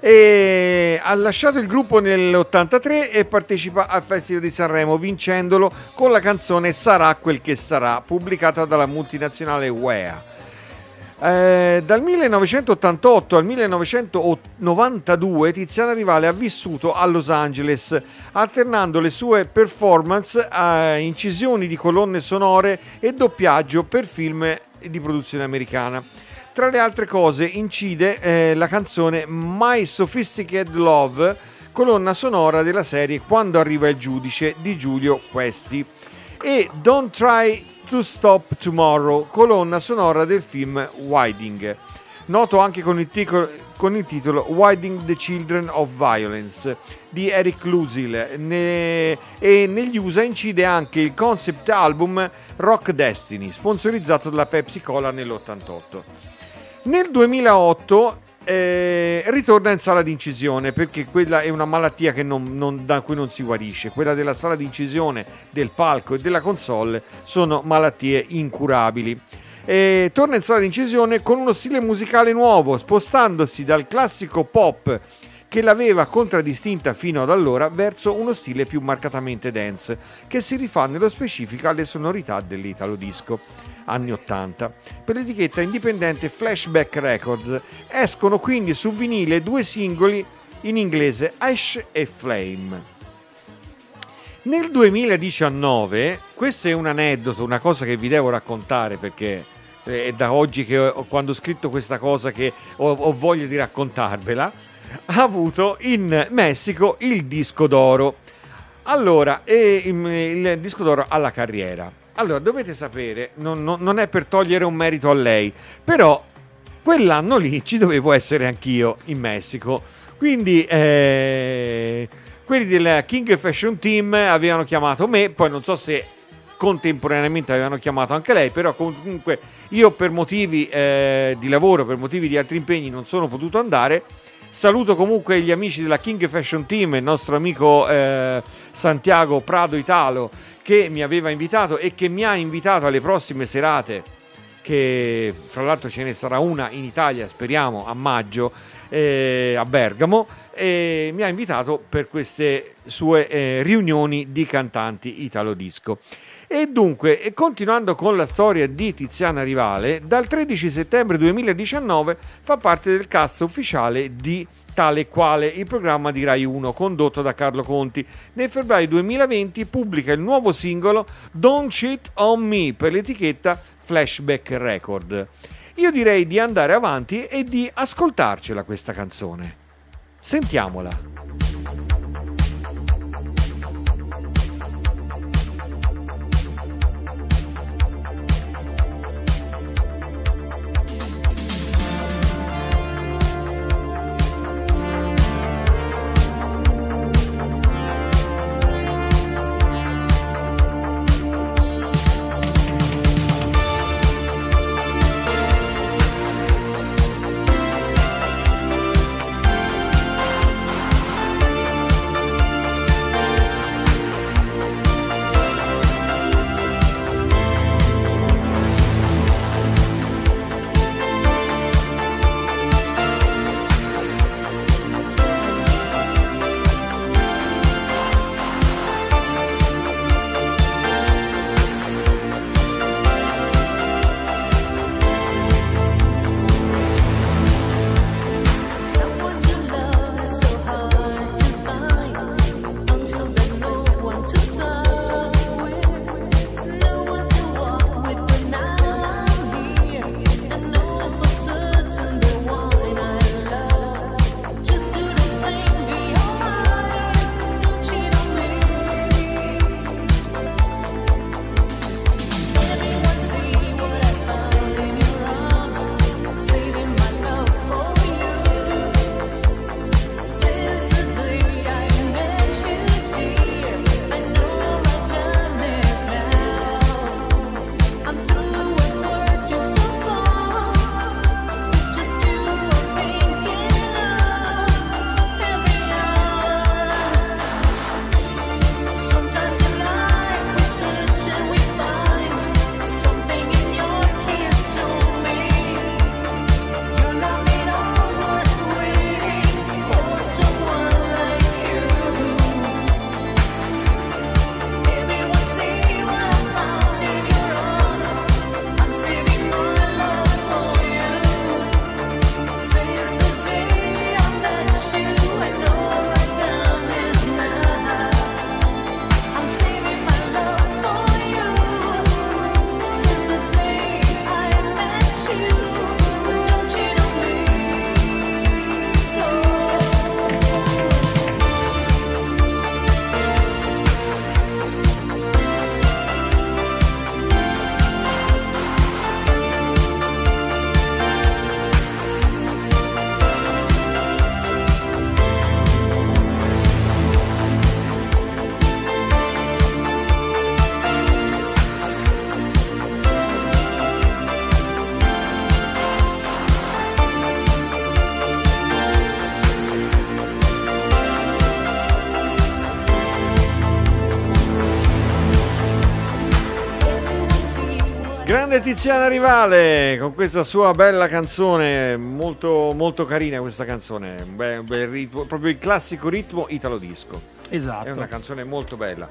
B: E ha lasciato il gruppo nell'ottantatré e partecipa al Festival di Sanremo, vincendolo con la canzone Sarà quel che sarà, pubblicata dalla multinazionale U E A. Eh, dal millenovecentottantotto al millenovecentonovantadue Tiziana Rivale ha vissuto a Los Angeles, alternando le sue performance a incisioni di colonne sonore e doppiaggio per film di produzione americana. Tra le altre cose incide eh, la canzone My Sophisticated Love, colonna sonora della serie Quando arriva il giudice di Giulio Questi, e Don't Try to Stop Tomorrow, colonna sonora del film Winding, noto anche con il, ticolo, con il titolo Winding the Children of Violence di Eric Lusil, ne, e negli U S A incide anche il concept album Rock Destiny, sponsorizzato dalla Pepsi Cola nell'ottantotto. Nel duemilaotto eh, ritorna in sala d'incisione, perché quella è una malattia che non, non, da cui non si guarisce. Quella della sala d'incisione, del palco e della console sono malattie incurabili. E torna in sala d'incisione con uno stile musicale nuovo, spostandosi dal classico pop che l'aveva contraddistinta fino ad allora verso uno stile più marcatamente dance, che si rifà nello specifico alle sonorità dell'Italo Disco anni ottanta. Per l'etichetta indipendente Flashback Records escono quindi su vinile due singoli in inglese, Ash e Flame. Nel duemiladiciannove, questo è un aneddoto, una cosa che vi devo raccontare, perché è da oggi che ho, quando ho scritto questa cosa che ho, ho voglia di raccontarvela, ha avuto in Messico il disco d'oro. Allora, e il, il disco d'oro alla carriera. Allora, dovete sapere, non, non, non è per togliere un merito a lei, però quell'anno lì ci dovevo essere anch'io in Messico. Quindi eh, quelli del King Fashion Team avevano chiamato me, poi non so se contemporaneamente avevano chiamato anche lei, però comunque io per motivi eh, di lavoro, per motivi di altri impegni non sono potuto andare. Saluto comunque gli amici della King Fashion Team, il nostro amico eh, Santiago Prado Italo, che mi aveva invitato e che mi ha invitato alle prossime serate, che fra l'altro ce ne sarà una in Italia, speriamo a maggio, eh, a Bergamo, e mi ha invitato per queste sue eh, riunioni di cantanti italo disco. E dunque, e continuando con la storia di Tiziana Rivale, dal tredici settembre duemiladiciannove fa parte del cast ufficiale di Tale e Quale, il programma di Rai uno condotto da Carlo Conti. Nel febbraio duemilaventi pubblica il nuovo singolo Don't Cheat on Me per l'etichetta Flashback Record. Io direi di andare avanti e di ascoltarcela questa canzone. Sentiamola. Grande Tiziana Rivale con questa sua bella canzone, molto, molto carina questa canzone, un bel, un bel ritmo, proprio il classico ritmo italo disco.
C: Esatto.
B: È una canzone molto bella.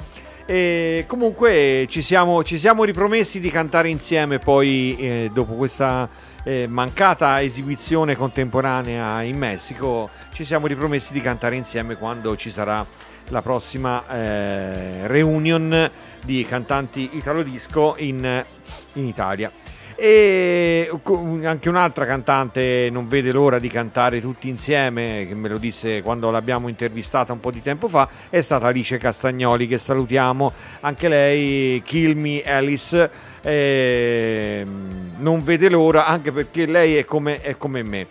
B: E comunque ci siamo, ci siamo ripromessi di cantare insieme poi eh, dopo questa eh, mancata esibizione contemporanea in Messico, ci siamo ripromessi di cantare insieme quando ci sarà la prossima eh, reunion di cantanti italo disco in, in Italia. E anche un'altra cantante non vede l'ora di cantare tutti insieme, che me lo disse quando l'abbiamo intervistata un po' di tempo fa, è stata Alice Castagnoli, che salutiamo, anche lei, Kill Me Alice, eh, non vede l'ora, anche perché lei è come, è come me.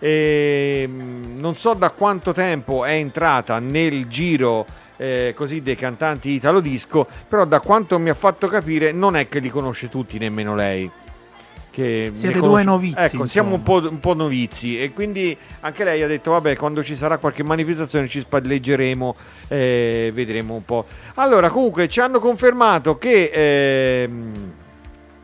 B: E non so da quanto tempo è entrata nel giro eh, così dei cantanti italo disco, però da quanto mi ha fatto capire non è che li conosce tutti, nemmeno lei. Che
C: siete due novizi,
B: ecco,
C: insomma.
B: siamo un po', un po' novizi, e quindi anche lei ha detto vabbè, quando ci sarà qualche manifestazione ci spalleggeremo, eh, vedremo un po'. Allora, comunque ci hanno confermato che eh,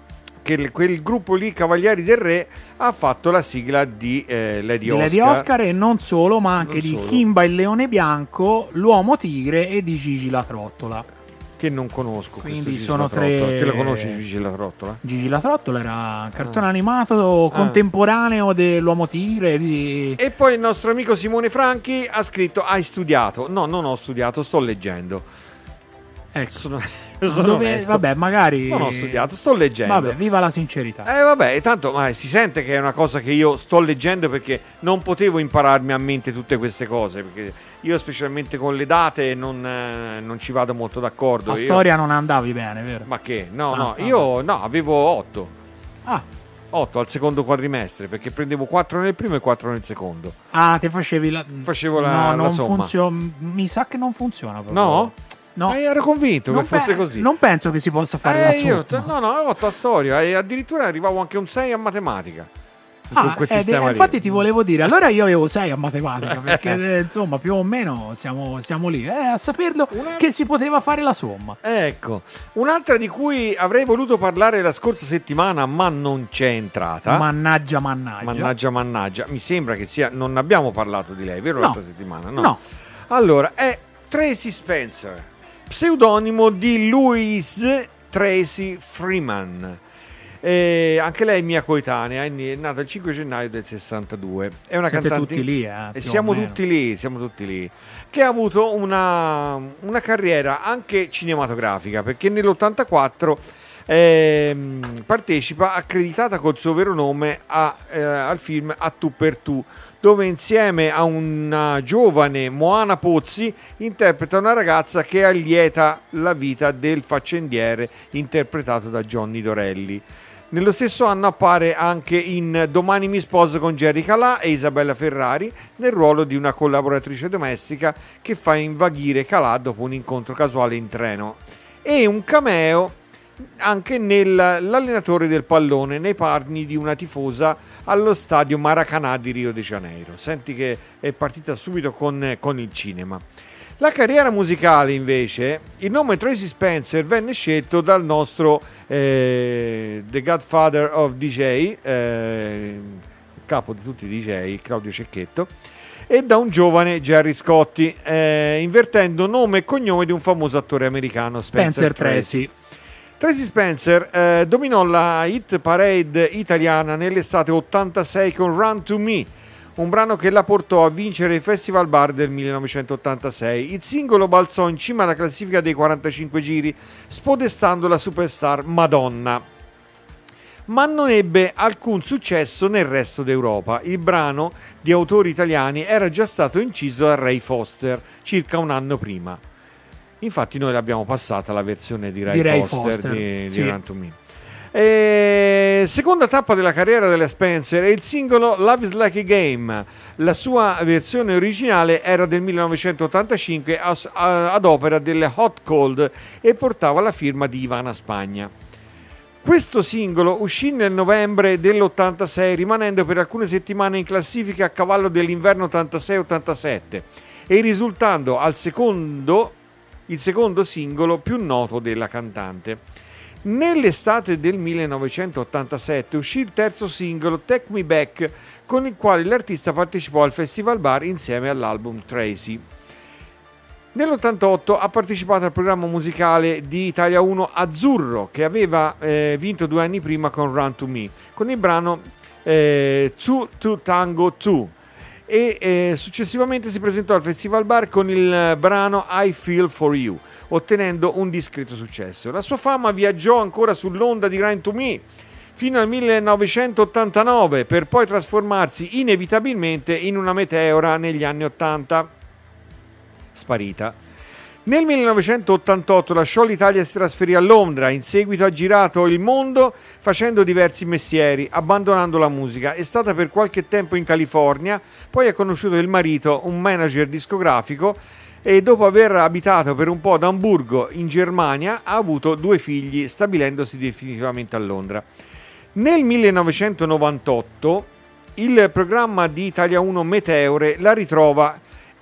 B: che il- quel gruppo lì, Cavalieri del Re, ha fatto la sigla di eh, Lady
C: Di
B: Oscar.
C: Lady Oscar e non solo, ma anche
B: Non
C: di
B: solo.
C: Kimba il Leone Bianco, l'Uomo Tigre e di Gigi la Trottola.
B: Che non conosco.
C: Quindi
B: questo Gigi
C: sono
B: la Trottola.
C: tre-
B: Te lo conosci Gigi la Trottola?
C: Gigi la Trottola era un cartone
B: Ah.
C: animato
B: Ah.
C: contemporaneo dell'Uomo Tigre. Di...
B: E poi il nostro amico Simone Franchi ha scritto: hai studiato? No, non ho studiato, sto leggendo.
C: Ecco.
B: Sono, sono
C: Dove-
B: onesto.
C: vabbè, magari...
B: Non ho studiato, sto leggendo.
C: Vabbè, viva la sincerità.
B: Eh vabbè, tanto ma si sente che è una cosa che io sto leggendo perché non potevo impararmi a mente tutte queste cose, perché io specialmente con le date non, eh, non ci vado molto d'accordo.
C: La
B: Io-
C: storia non andavi bene, vero?
B: Ma che? No,
C: Ah,
B: no,
C: ah,
B: io no, avevo otto.
C: Ah,
B: otto al secondo quadrimestre, perché prendevo quattro nel primo e quattro nel secondo.
C: ah, te facevi la...
B: Facevo la-
C: no,
B: la
C: non
B: somma.
C: funzio- Mi sa che non funziona proprio.
B: No?
C: No.
B: Eh, ero convinto
C: Non
B: che fosse
C: pe-
B: così.
C: Non penso che si possa fare
B: Eh,
C: la
B: io,
C: somma.
B: no, no, otto a storia e addirittura arrivavo anche a un sei a matematica.
C: Ah,
B: con quel
C: eh,
B: sistema
C: de-
B: lì.
C: infatti ti volevo dire, allora io avevo sei a matematica, perché eh, insomma più o meno siamo, siamo lì, eh, a saperlo
B: Una-
C: che si poteva fare la somma.
B: Ecco, un'altra di cui avrei voluto parlare la scorsa settimana, ma non c'è entrata.
C: Mannaggia, mannaggia.
B: Mannaggia, mannaggia. Mi sembra che sia. Non abbiamo parlato di lei, vero?
C: No.
B: L'altra settimana? No.
C: No.
B: Allora, è Tracy Spencer, pseudonimo di Louise Tracy Freeman. Eh, anche lei è mia coetanea, è nata il cinque gennaio del sessantadue. È una
C: Siete
B: cantante.
C: tutti lì, eh,
B: E
C: più
B: siamo
C: o meno.
B: tutti lì, siamo tutti lì. Che ha avuto una, una carriera anche cinematografica, perché nell'ottantaquattro ehm, partecipa, accreditata col suo vero nome, a, eh, al film A Tu per Tu, dove insieme a una giovane Moana Pozzi interpreta una ragazza che allieta la vita del faccendiere interpretato da Johnny Dorelli. Nello stesso anno appare anche in Domani mi sposo con Jerry Calà e Isabella Ferrari nel ruolo di una collaboratrice domestica che fa invaghire Calà dopo un incontro casuale in treno, e un cameo anche nell'allenatore del pallone nei panni di una tifosa allo stadio Maracanã di Rio de Janeiro. Senti che è partita subito con, con il cinema. La carriera musicale invece, il nome Tracy Spencer venne scelto dal nostro eh, The Godfather of D J, eh, il capo di tutti i D J, Claudio Cecchetto, e da un giovane Gerry Scotti, eh, invertendo nome e cognome di un famoso attore americano, Spencer,
C: Spencer Tracy.
B: Tracy Spencer eh, dominò la hit parade italiana nell'estate ottantasei con Run to Me, un brano che la portò a vincere il Festival Bar del millenovecentottantasei. Il singolo balzò in cima alla classifica dei quarantacinque giri, spodestando la superstar Madonna, ma non ebbe alcun successo nel resto d'Europa. Il brano, di autori italiani, era già stato inciso da Ray Foster circa un anno prima. Infatti noi l'abbiamo passata la versione di Ray,
C: Di Ray
B: Foster,
C: Foster,
B: di,
C: sì.
B: di Run to Me. E seconda tappa della carriera della Spencer è il singolo Love is Like a Game. La sua versione originale era del millenovecentottantacinque as- a- ad opera delle Hot Cold e portava la firma di Ivana Spagna. Questo singolo uscì nel novembre dell'ottantasei, rimanendo per alcune settimane in classifica a cavallo dell'inverno ottantasei ottantasette e risultando al secondo, il secondo singolo più noto della cantante. Nell'estate del millenovecentottantasette uscì il terzo singolo, Take Me Back, con il quale l'artista partecipò al Festival Bar insieme all'album Tracy. Nell'ottantotto ha partecipato al programma musicale di Italia uno Azzurro, che aveva eh, vinto due anni prima con Run to Me, con il brano eh, Two to Tango Two, e eh, successivamente si presentò al Festival Bar con il brano I Feel For You, ottenendo un discreto successo. La sua fama viaggiò ancora sull'onda di Run to Me fino al millenovecentottantanove, per poi trasformarsi inevitabilmente in una meteora negli anni ottanta, sparita. Nel millenovecentottantotto lasciò l'Italia e si trasferì a Londra. In seguito ha girato il mondo facendo diversi mestieri, abbandonando la musica. È stata per qualche tempo in California, poi ha conosciuto il marito, un manager discografico, e dopo aver abitato per un po' ad Amburgo in Germania ha avuto due figli, stabilendosi definitivamente a Londra. Nel millenovecentonovantotto il programma di Italia uno Meteore la ritrova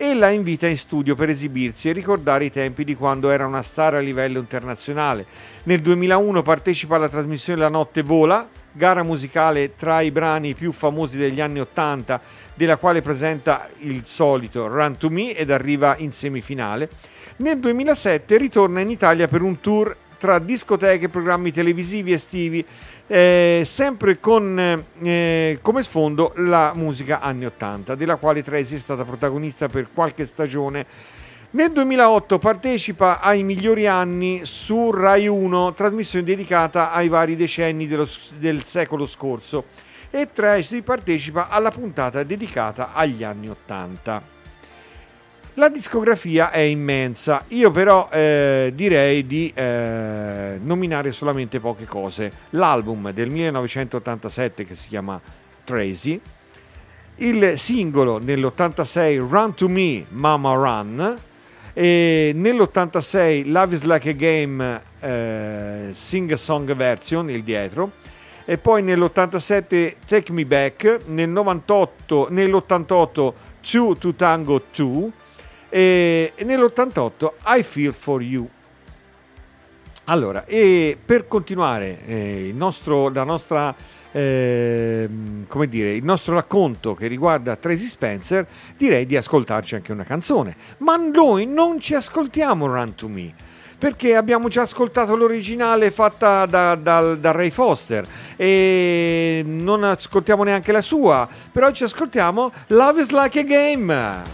B: e la invita in studio per esibirsi e ricordare i tempi di quando era una star a livello internazionale. Nel duemilauno partecipa alla trasmissione La notte vola, gara musicale tra i brani più famosi degli anni ottanta, della quale presenta il solito Run to Me ed arriva in semifinale. Nel duemilasette ritorna in Italia per un tour tra discoteche e programmi televisivi estivi, eh, sempre con eh, come sfondo la musica anni ottanta, della quale Tracy è stata protagonista per qualche stagione. Nel duemilaotto partecipa ai Migliori anni su Rai uno, trasmissione dedicata ai vari decenni dello, del secolo scorso, e Tracy partecipa alla puntata dedicata agli anni ottanta. La discografia è immensa, io però eh, direi di eh, nominare solamente poche cose. L'album del millenovecentottantasette che si chiama Tracy, il singolo nell'ottantasei Run to Me, Mama Run, e nell'ottantasei Love is Like a Game, eh, Sing a Song Version, il dietro, e poi nell'ottantasette Take Me Back, nel novantotto, nell'ottantotto Two to Tango Two, e nell'ottantotto I Feel For You. Allora, e per continuare eh, il nostro, la nostra, eh, come dire, il nostro racconto che riguarda Tracy Spencer, direi di ascoltarci anche una canzone. Ma noi non ci ascoltiamo Run to Me, perché abbiamo già ascoltato l'originale fatta da, da, da Ray Foster e non ascoltiamo neanche la sua, però ci ascoltiamo Love is Like a Game.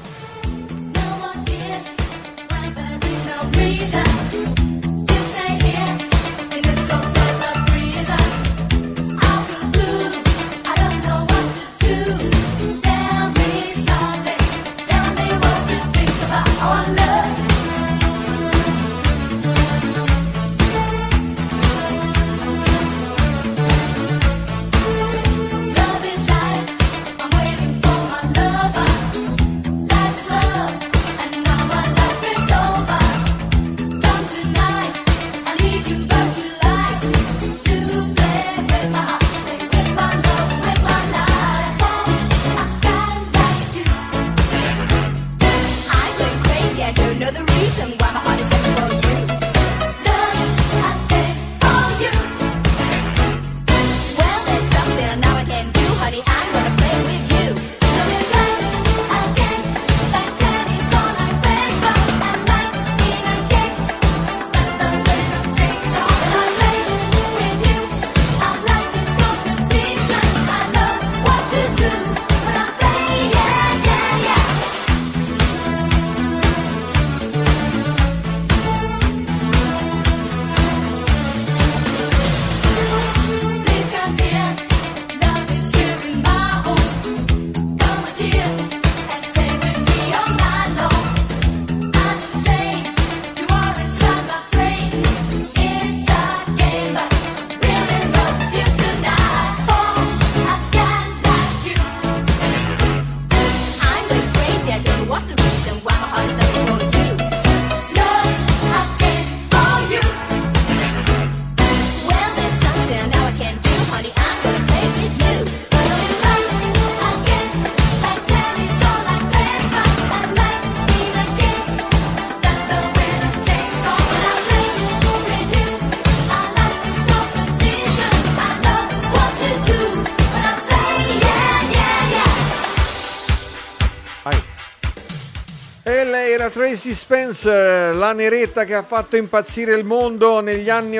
B: Tracy Spencer, la neretta che ha fatto impazzire il mondo negli anni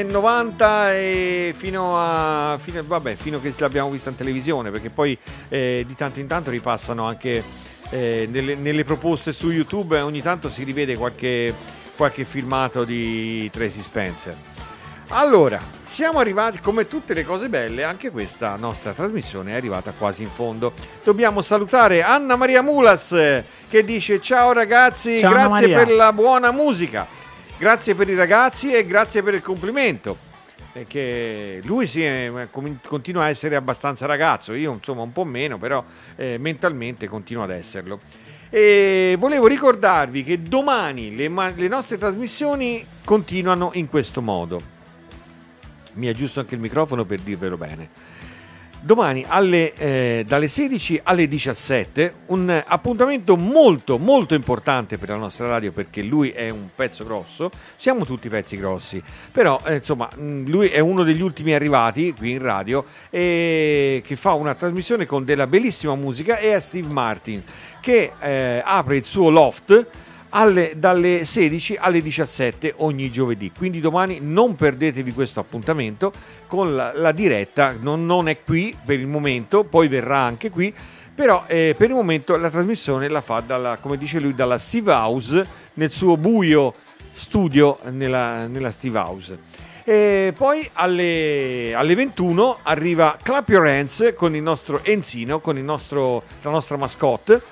B: novanta e fino a fino, vabbè, fino che l'abbiamo vista in televisione, perché poi eh, di tanto in tanto ripassano anche eh, nelle, nelle proposte su YouTube, e ogni tanto si rivede qualche, qualche filmato di Tracy Spencer. Allora, siamo arrivati, come tutte le cose belle, anche questa nostra trasmissione è arrivata quasi in fondo. Dobbiamo salutare Anna Maria Mulas, che dice: ciao ragazzi,
C: ciao,
B: grazie per la buona musica, grazie per i ragazzi e grazie per il complimento. Perché lui sì, eh, continua a essere abbastanza ragazzo, io insomma un po' meno, però eh, mentalmente continuo ad esserlo. E volevo ricordarvi che domani le, le nostre trasmissioni continuano in questo modo. Mi aggiusto anche il microfono per dirvelo bene. domani alle, eh, dalle sedici alle diciassette, un appuntamento molto molto importante per la nostra radio, perché lui è un pezzo grosso, siamo tutti pezzi grossi, però eh, insomma mh, lui è uno degli ultimi arrivati qui in radio, e che fa una trasmissione con della bellissima musica, e è Steve Martin, che eh, apre il suo loft Alle, dalle sedici alle diciassette ogni giovedì. Quindi domani non perdetevi questo appuntamento con la, la diretta. Non, non è qui per il momento, poi verrà anche qui, però eh, per il momento la trasmissione la fa dalla, come dice lui, dalla Steve House, nel suo buio studio nella, nella Steve House. E poi alle, alle ventuno arriva Clap Your Hands con il nostro Enzino, con il nostro, la nostra mascotte.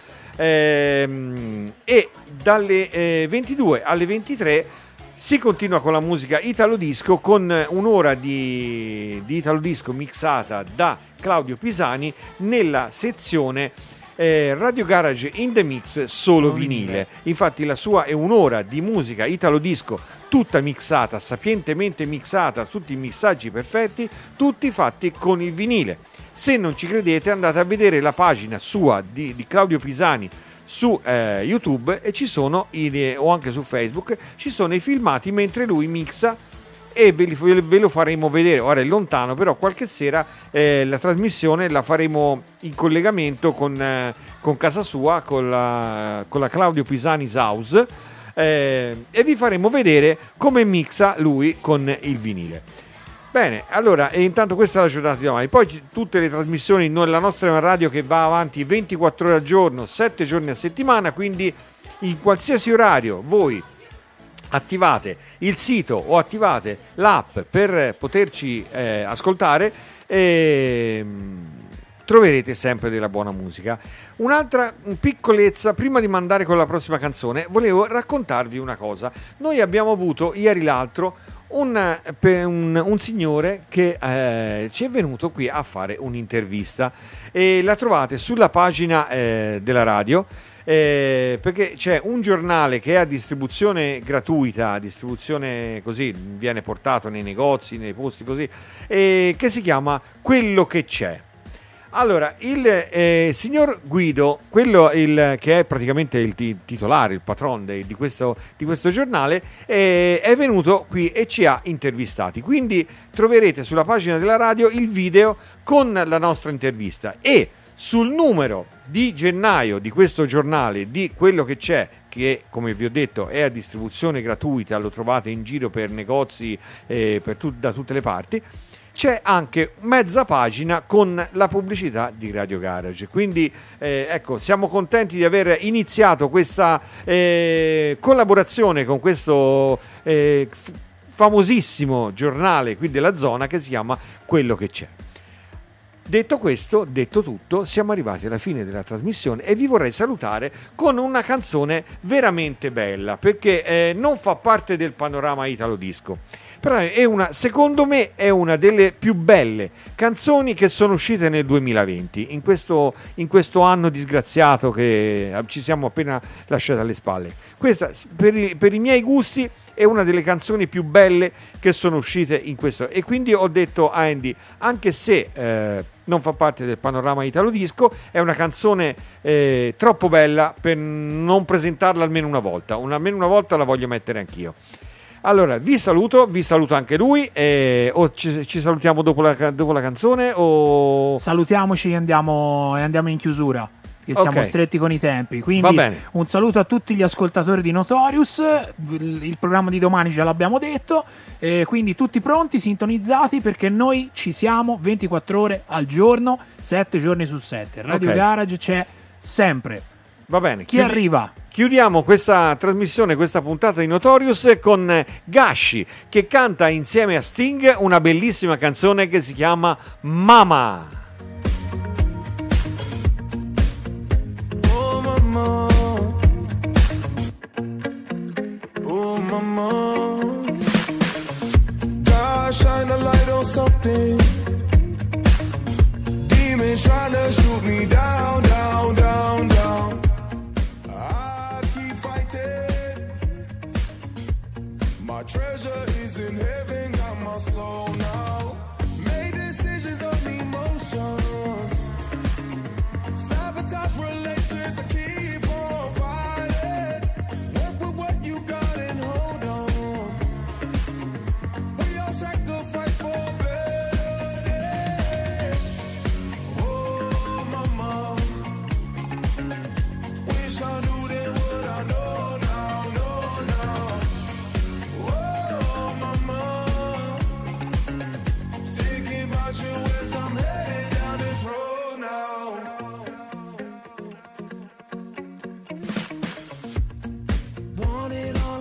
B: Ehm, e dalle eh, ventidue alle ventitré si continua con la musica Italo Disco, con un'ora di, di Italo Disco mixata da Claudio Pisani nella sezione eh, Radio Garage in the Mix solo vinile. Infatti la sua è un'ora di musica Italo Disco tutta mixata, sapientemente mixata, tutti i mixaggi perfetti, tutti fatti con il vinile. Se non ci credete, andate a vedere la pagina sua di, di Claudio Pisani su eh, YouTube, e ci sono i, o anche su Facebook, ci sono i filmati mentre lui mixa, e ve, li, ve lo faremo vedere. Ora è lontano, però qualche sera eh, la trasmissione la faremo in collegamento con, eh, con casa sua, con la, con la Claudio Pisani's House, eh, e vi faremo vedere come mixa lui con il vinile. Bene, allora, e intanto questa è la giornata di domani. Poi c- tutte le trasmissioni, noi, la nostra radio che va avanti ventiquattro ore al giorno, sette giorni a settimana, quindi in qualsiasi orario voi attivate il sito o attivate l'app per poterci eh, ascoltare, e troverete sempre della buona musica. Un'altra piccolezza, prima di mandare con la prossima canzone, volevo raccontarvi una cosa. Noi abbiamo avuto ieri l'altro Un, un, un signore che eh, ci è venuto qui a fare un'intervista, e la trovate sulla pagina eh, della radio, eh, perché c'è un giornale che è a distribuzione gratuita, a distribuzione così, viene portato nei negozi, nei posti così, eh, che si chiama Quello che c'è. Allora, il eh, signor Guido, quello il, che è praticamente il t- titolare, il patron de, di, questo, di questo giornale, eh, è venuto qui e ci ha intervistati. Quindi troverete sulla pagina della radio il video con la nostra intervista, e sul numero di gennaio di questo giornale, di Quello che c'è, che come vi ho detto è a distribuzione gratuita, lo trovate in giro per negozi eh, per tut- da tutte le parti, c'è anche mezza pagina con la pubblicità di Radio Garage. Quindi eh, ecco, siamo contenti di aver iniziato questa eh, collaborazione con questo eh, f- famosissimo giornale qui della zona, che si chiama Quello che c'è. Detto questo, detto tutto, siamo arrivati alla fine della trasmissione, e vi vorrei salutare con una canzone veramente bella, perché eh, non fa parte del panorama Italo Disco, però è una, secondo me è una delle più belle canzoni che sono uscite nel duemilaventi, in questo, in questo anno disgraziato che ci siamo appena lasciati alle spalle. Questa, per i, per i miei gusti, è una delle canzoni più belle che sono uscite in questo, e quindi ho detto a Andy, anche se eh, non fa parte del panorama Italo Disco, è una canzone eh, troppo bella per non presentarla almeno una volta, una, almeno una volta la voglio mettere anch'io. Allora vi saluto, vi saluto anche lui, eh, o ci, ci salutiamo dopo la, dopo la canzone, o
C: salutiamoci e andiamo, e andiamo in chiusura, che siamo
B: okay.
C: stretti con i tempi. Quindi
B: va bene.
C: Un saluto a tutti gli ascoltatori di Notorious. Il programma di domani già l'abbiamo detto, eh, quindi tutti pronti, sintonizzati, perché noi ci siamo ventiquattro ore al giorno, sette giorni su sette. Radio
B: okay.
C: Garage c'è sempre.
B: Va bene.
C: Chi
B: chiudi-
C: arriva?
B: Chiudiamo questa trasmissione, questa puntata di Notorious, con Gashi, che canta insieme a Sting una bellissima canzone che si chiama Mama.
F: Oh mama, oh mama, God shine a light on something. Demons trying to shoot me down, down, down, down. I keep fighting. My treasure is in heaven, got my soul now. Made decisions of emotion.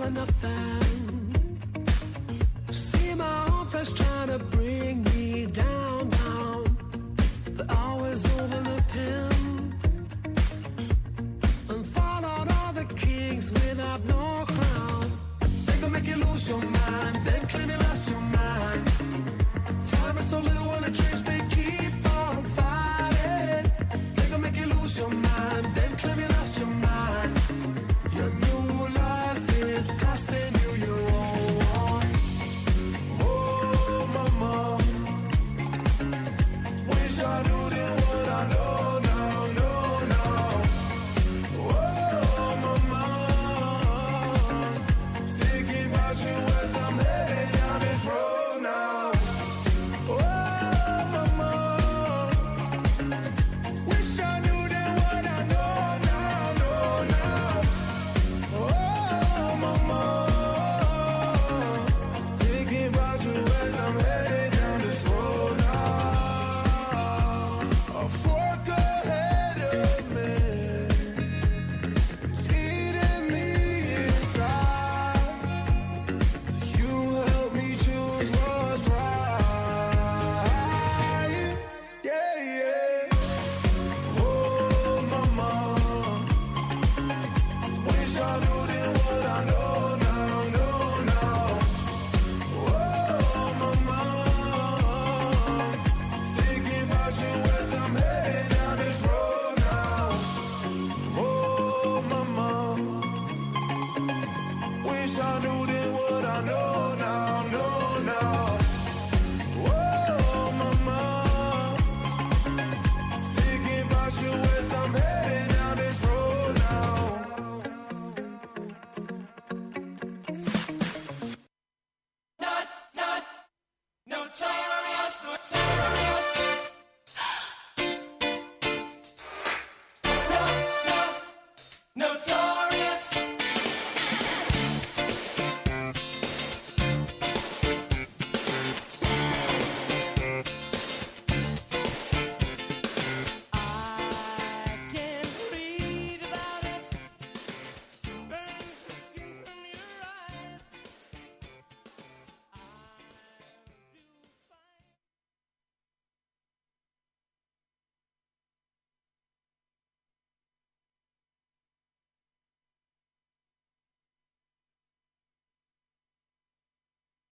G: got nothing. See my own friends trying to bring me down, down. They always overlooked him.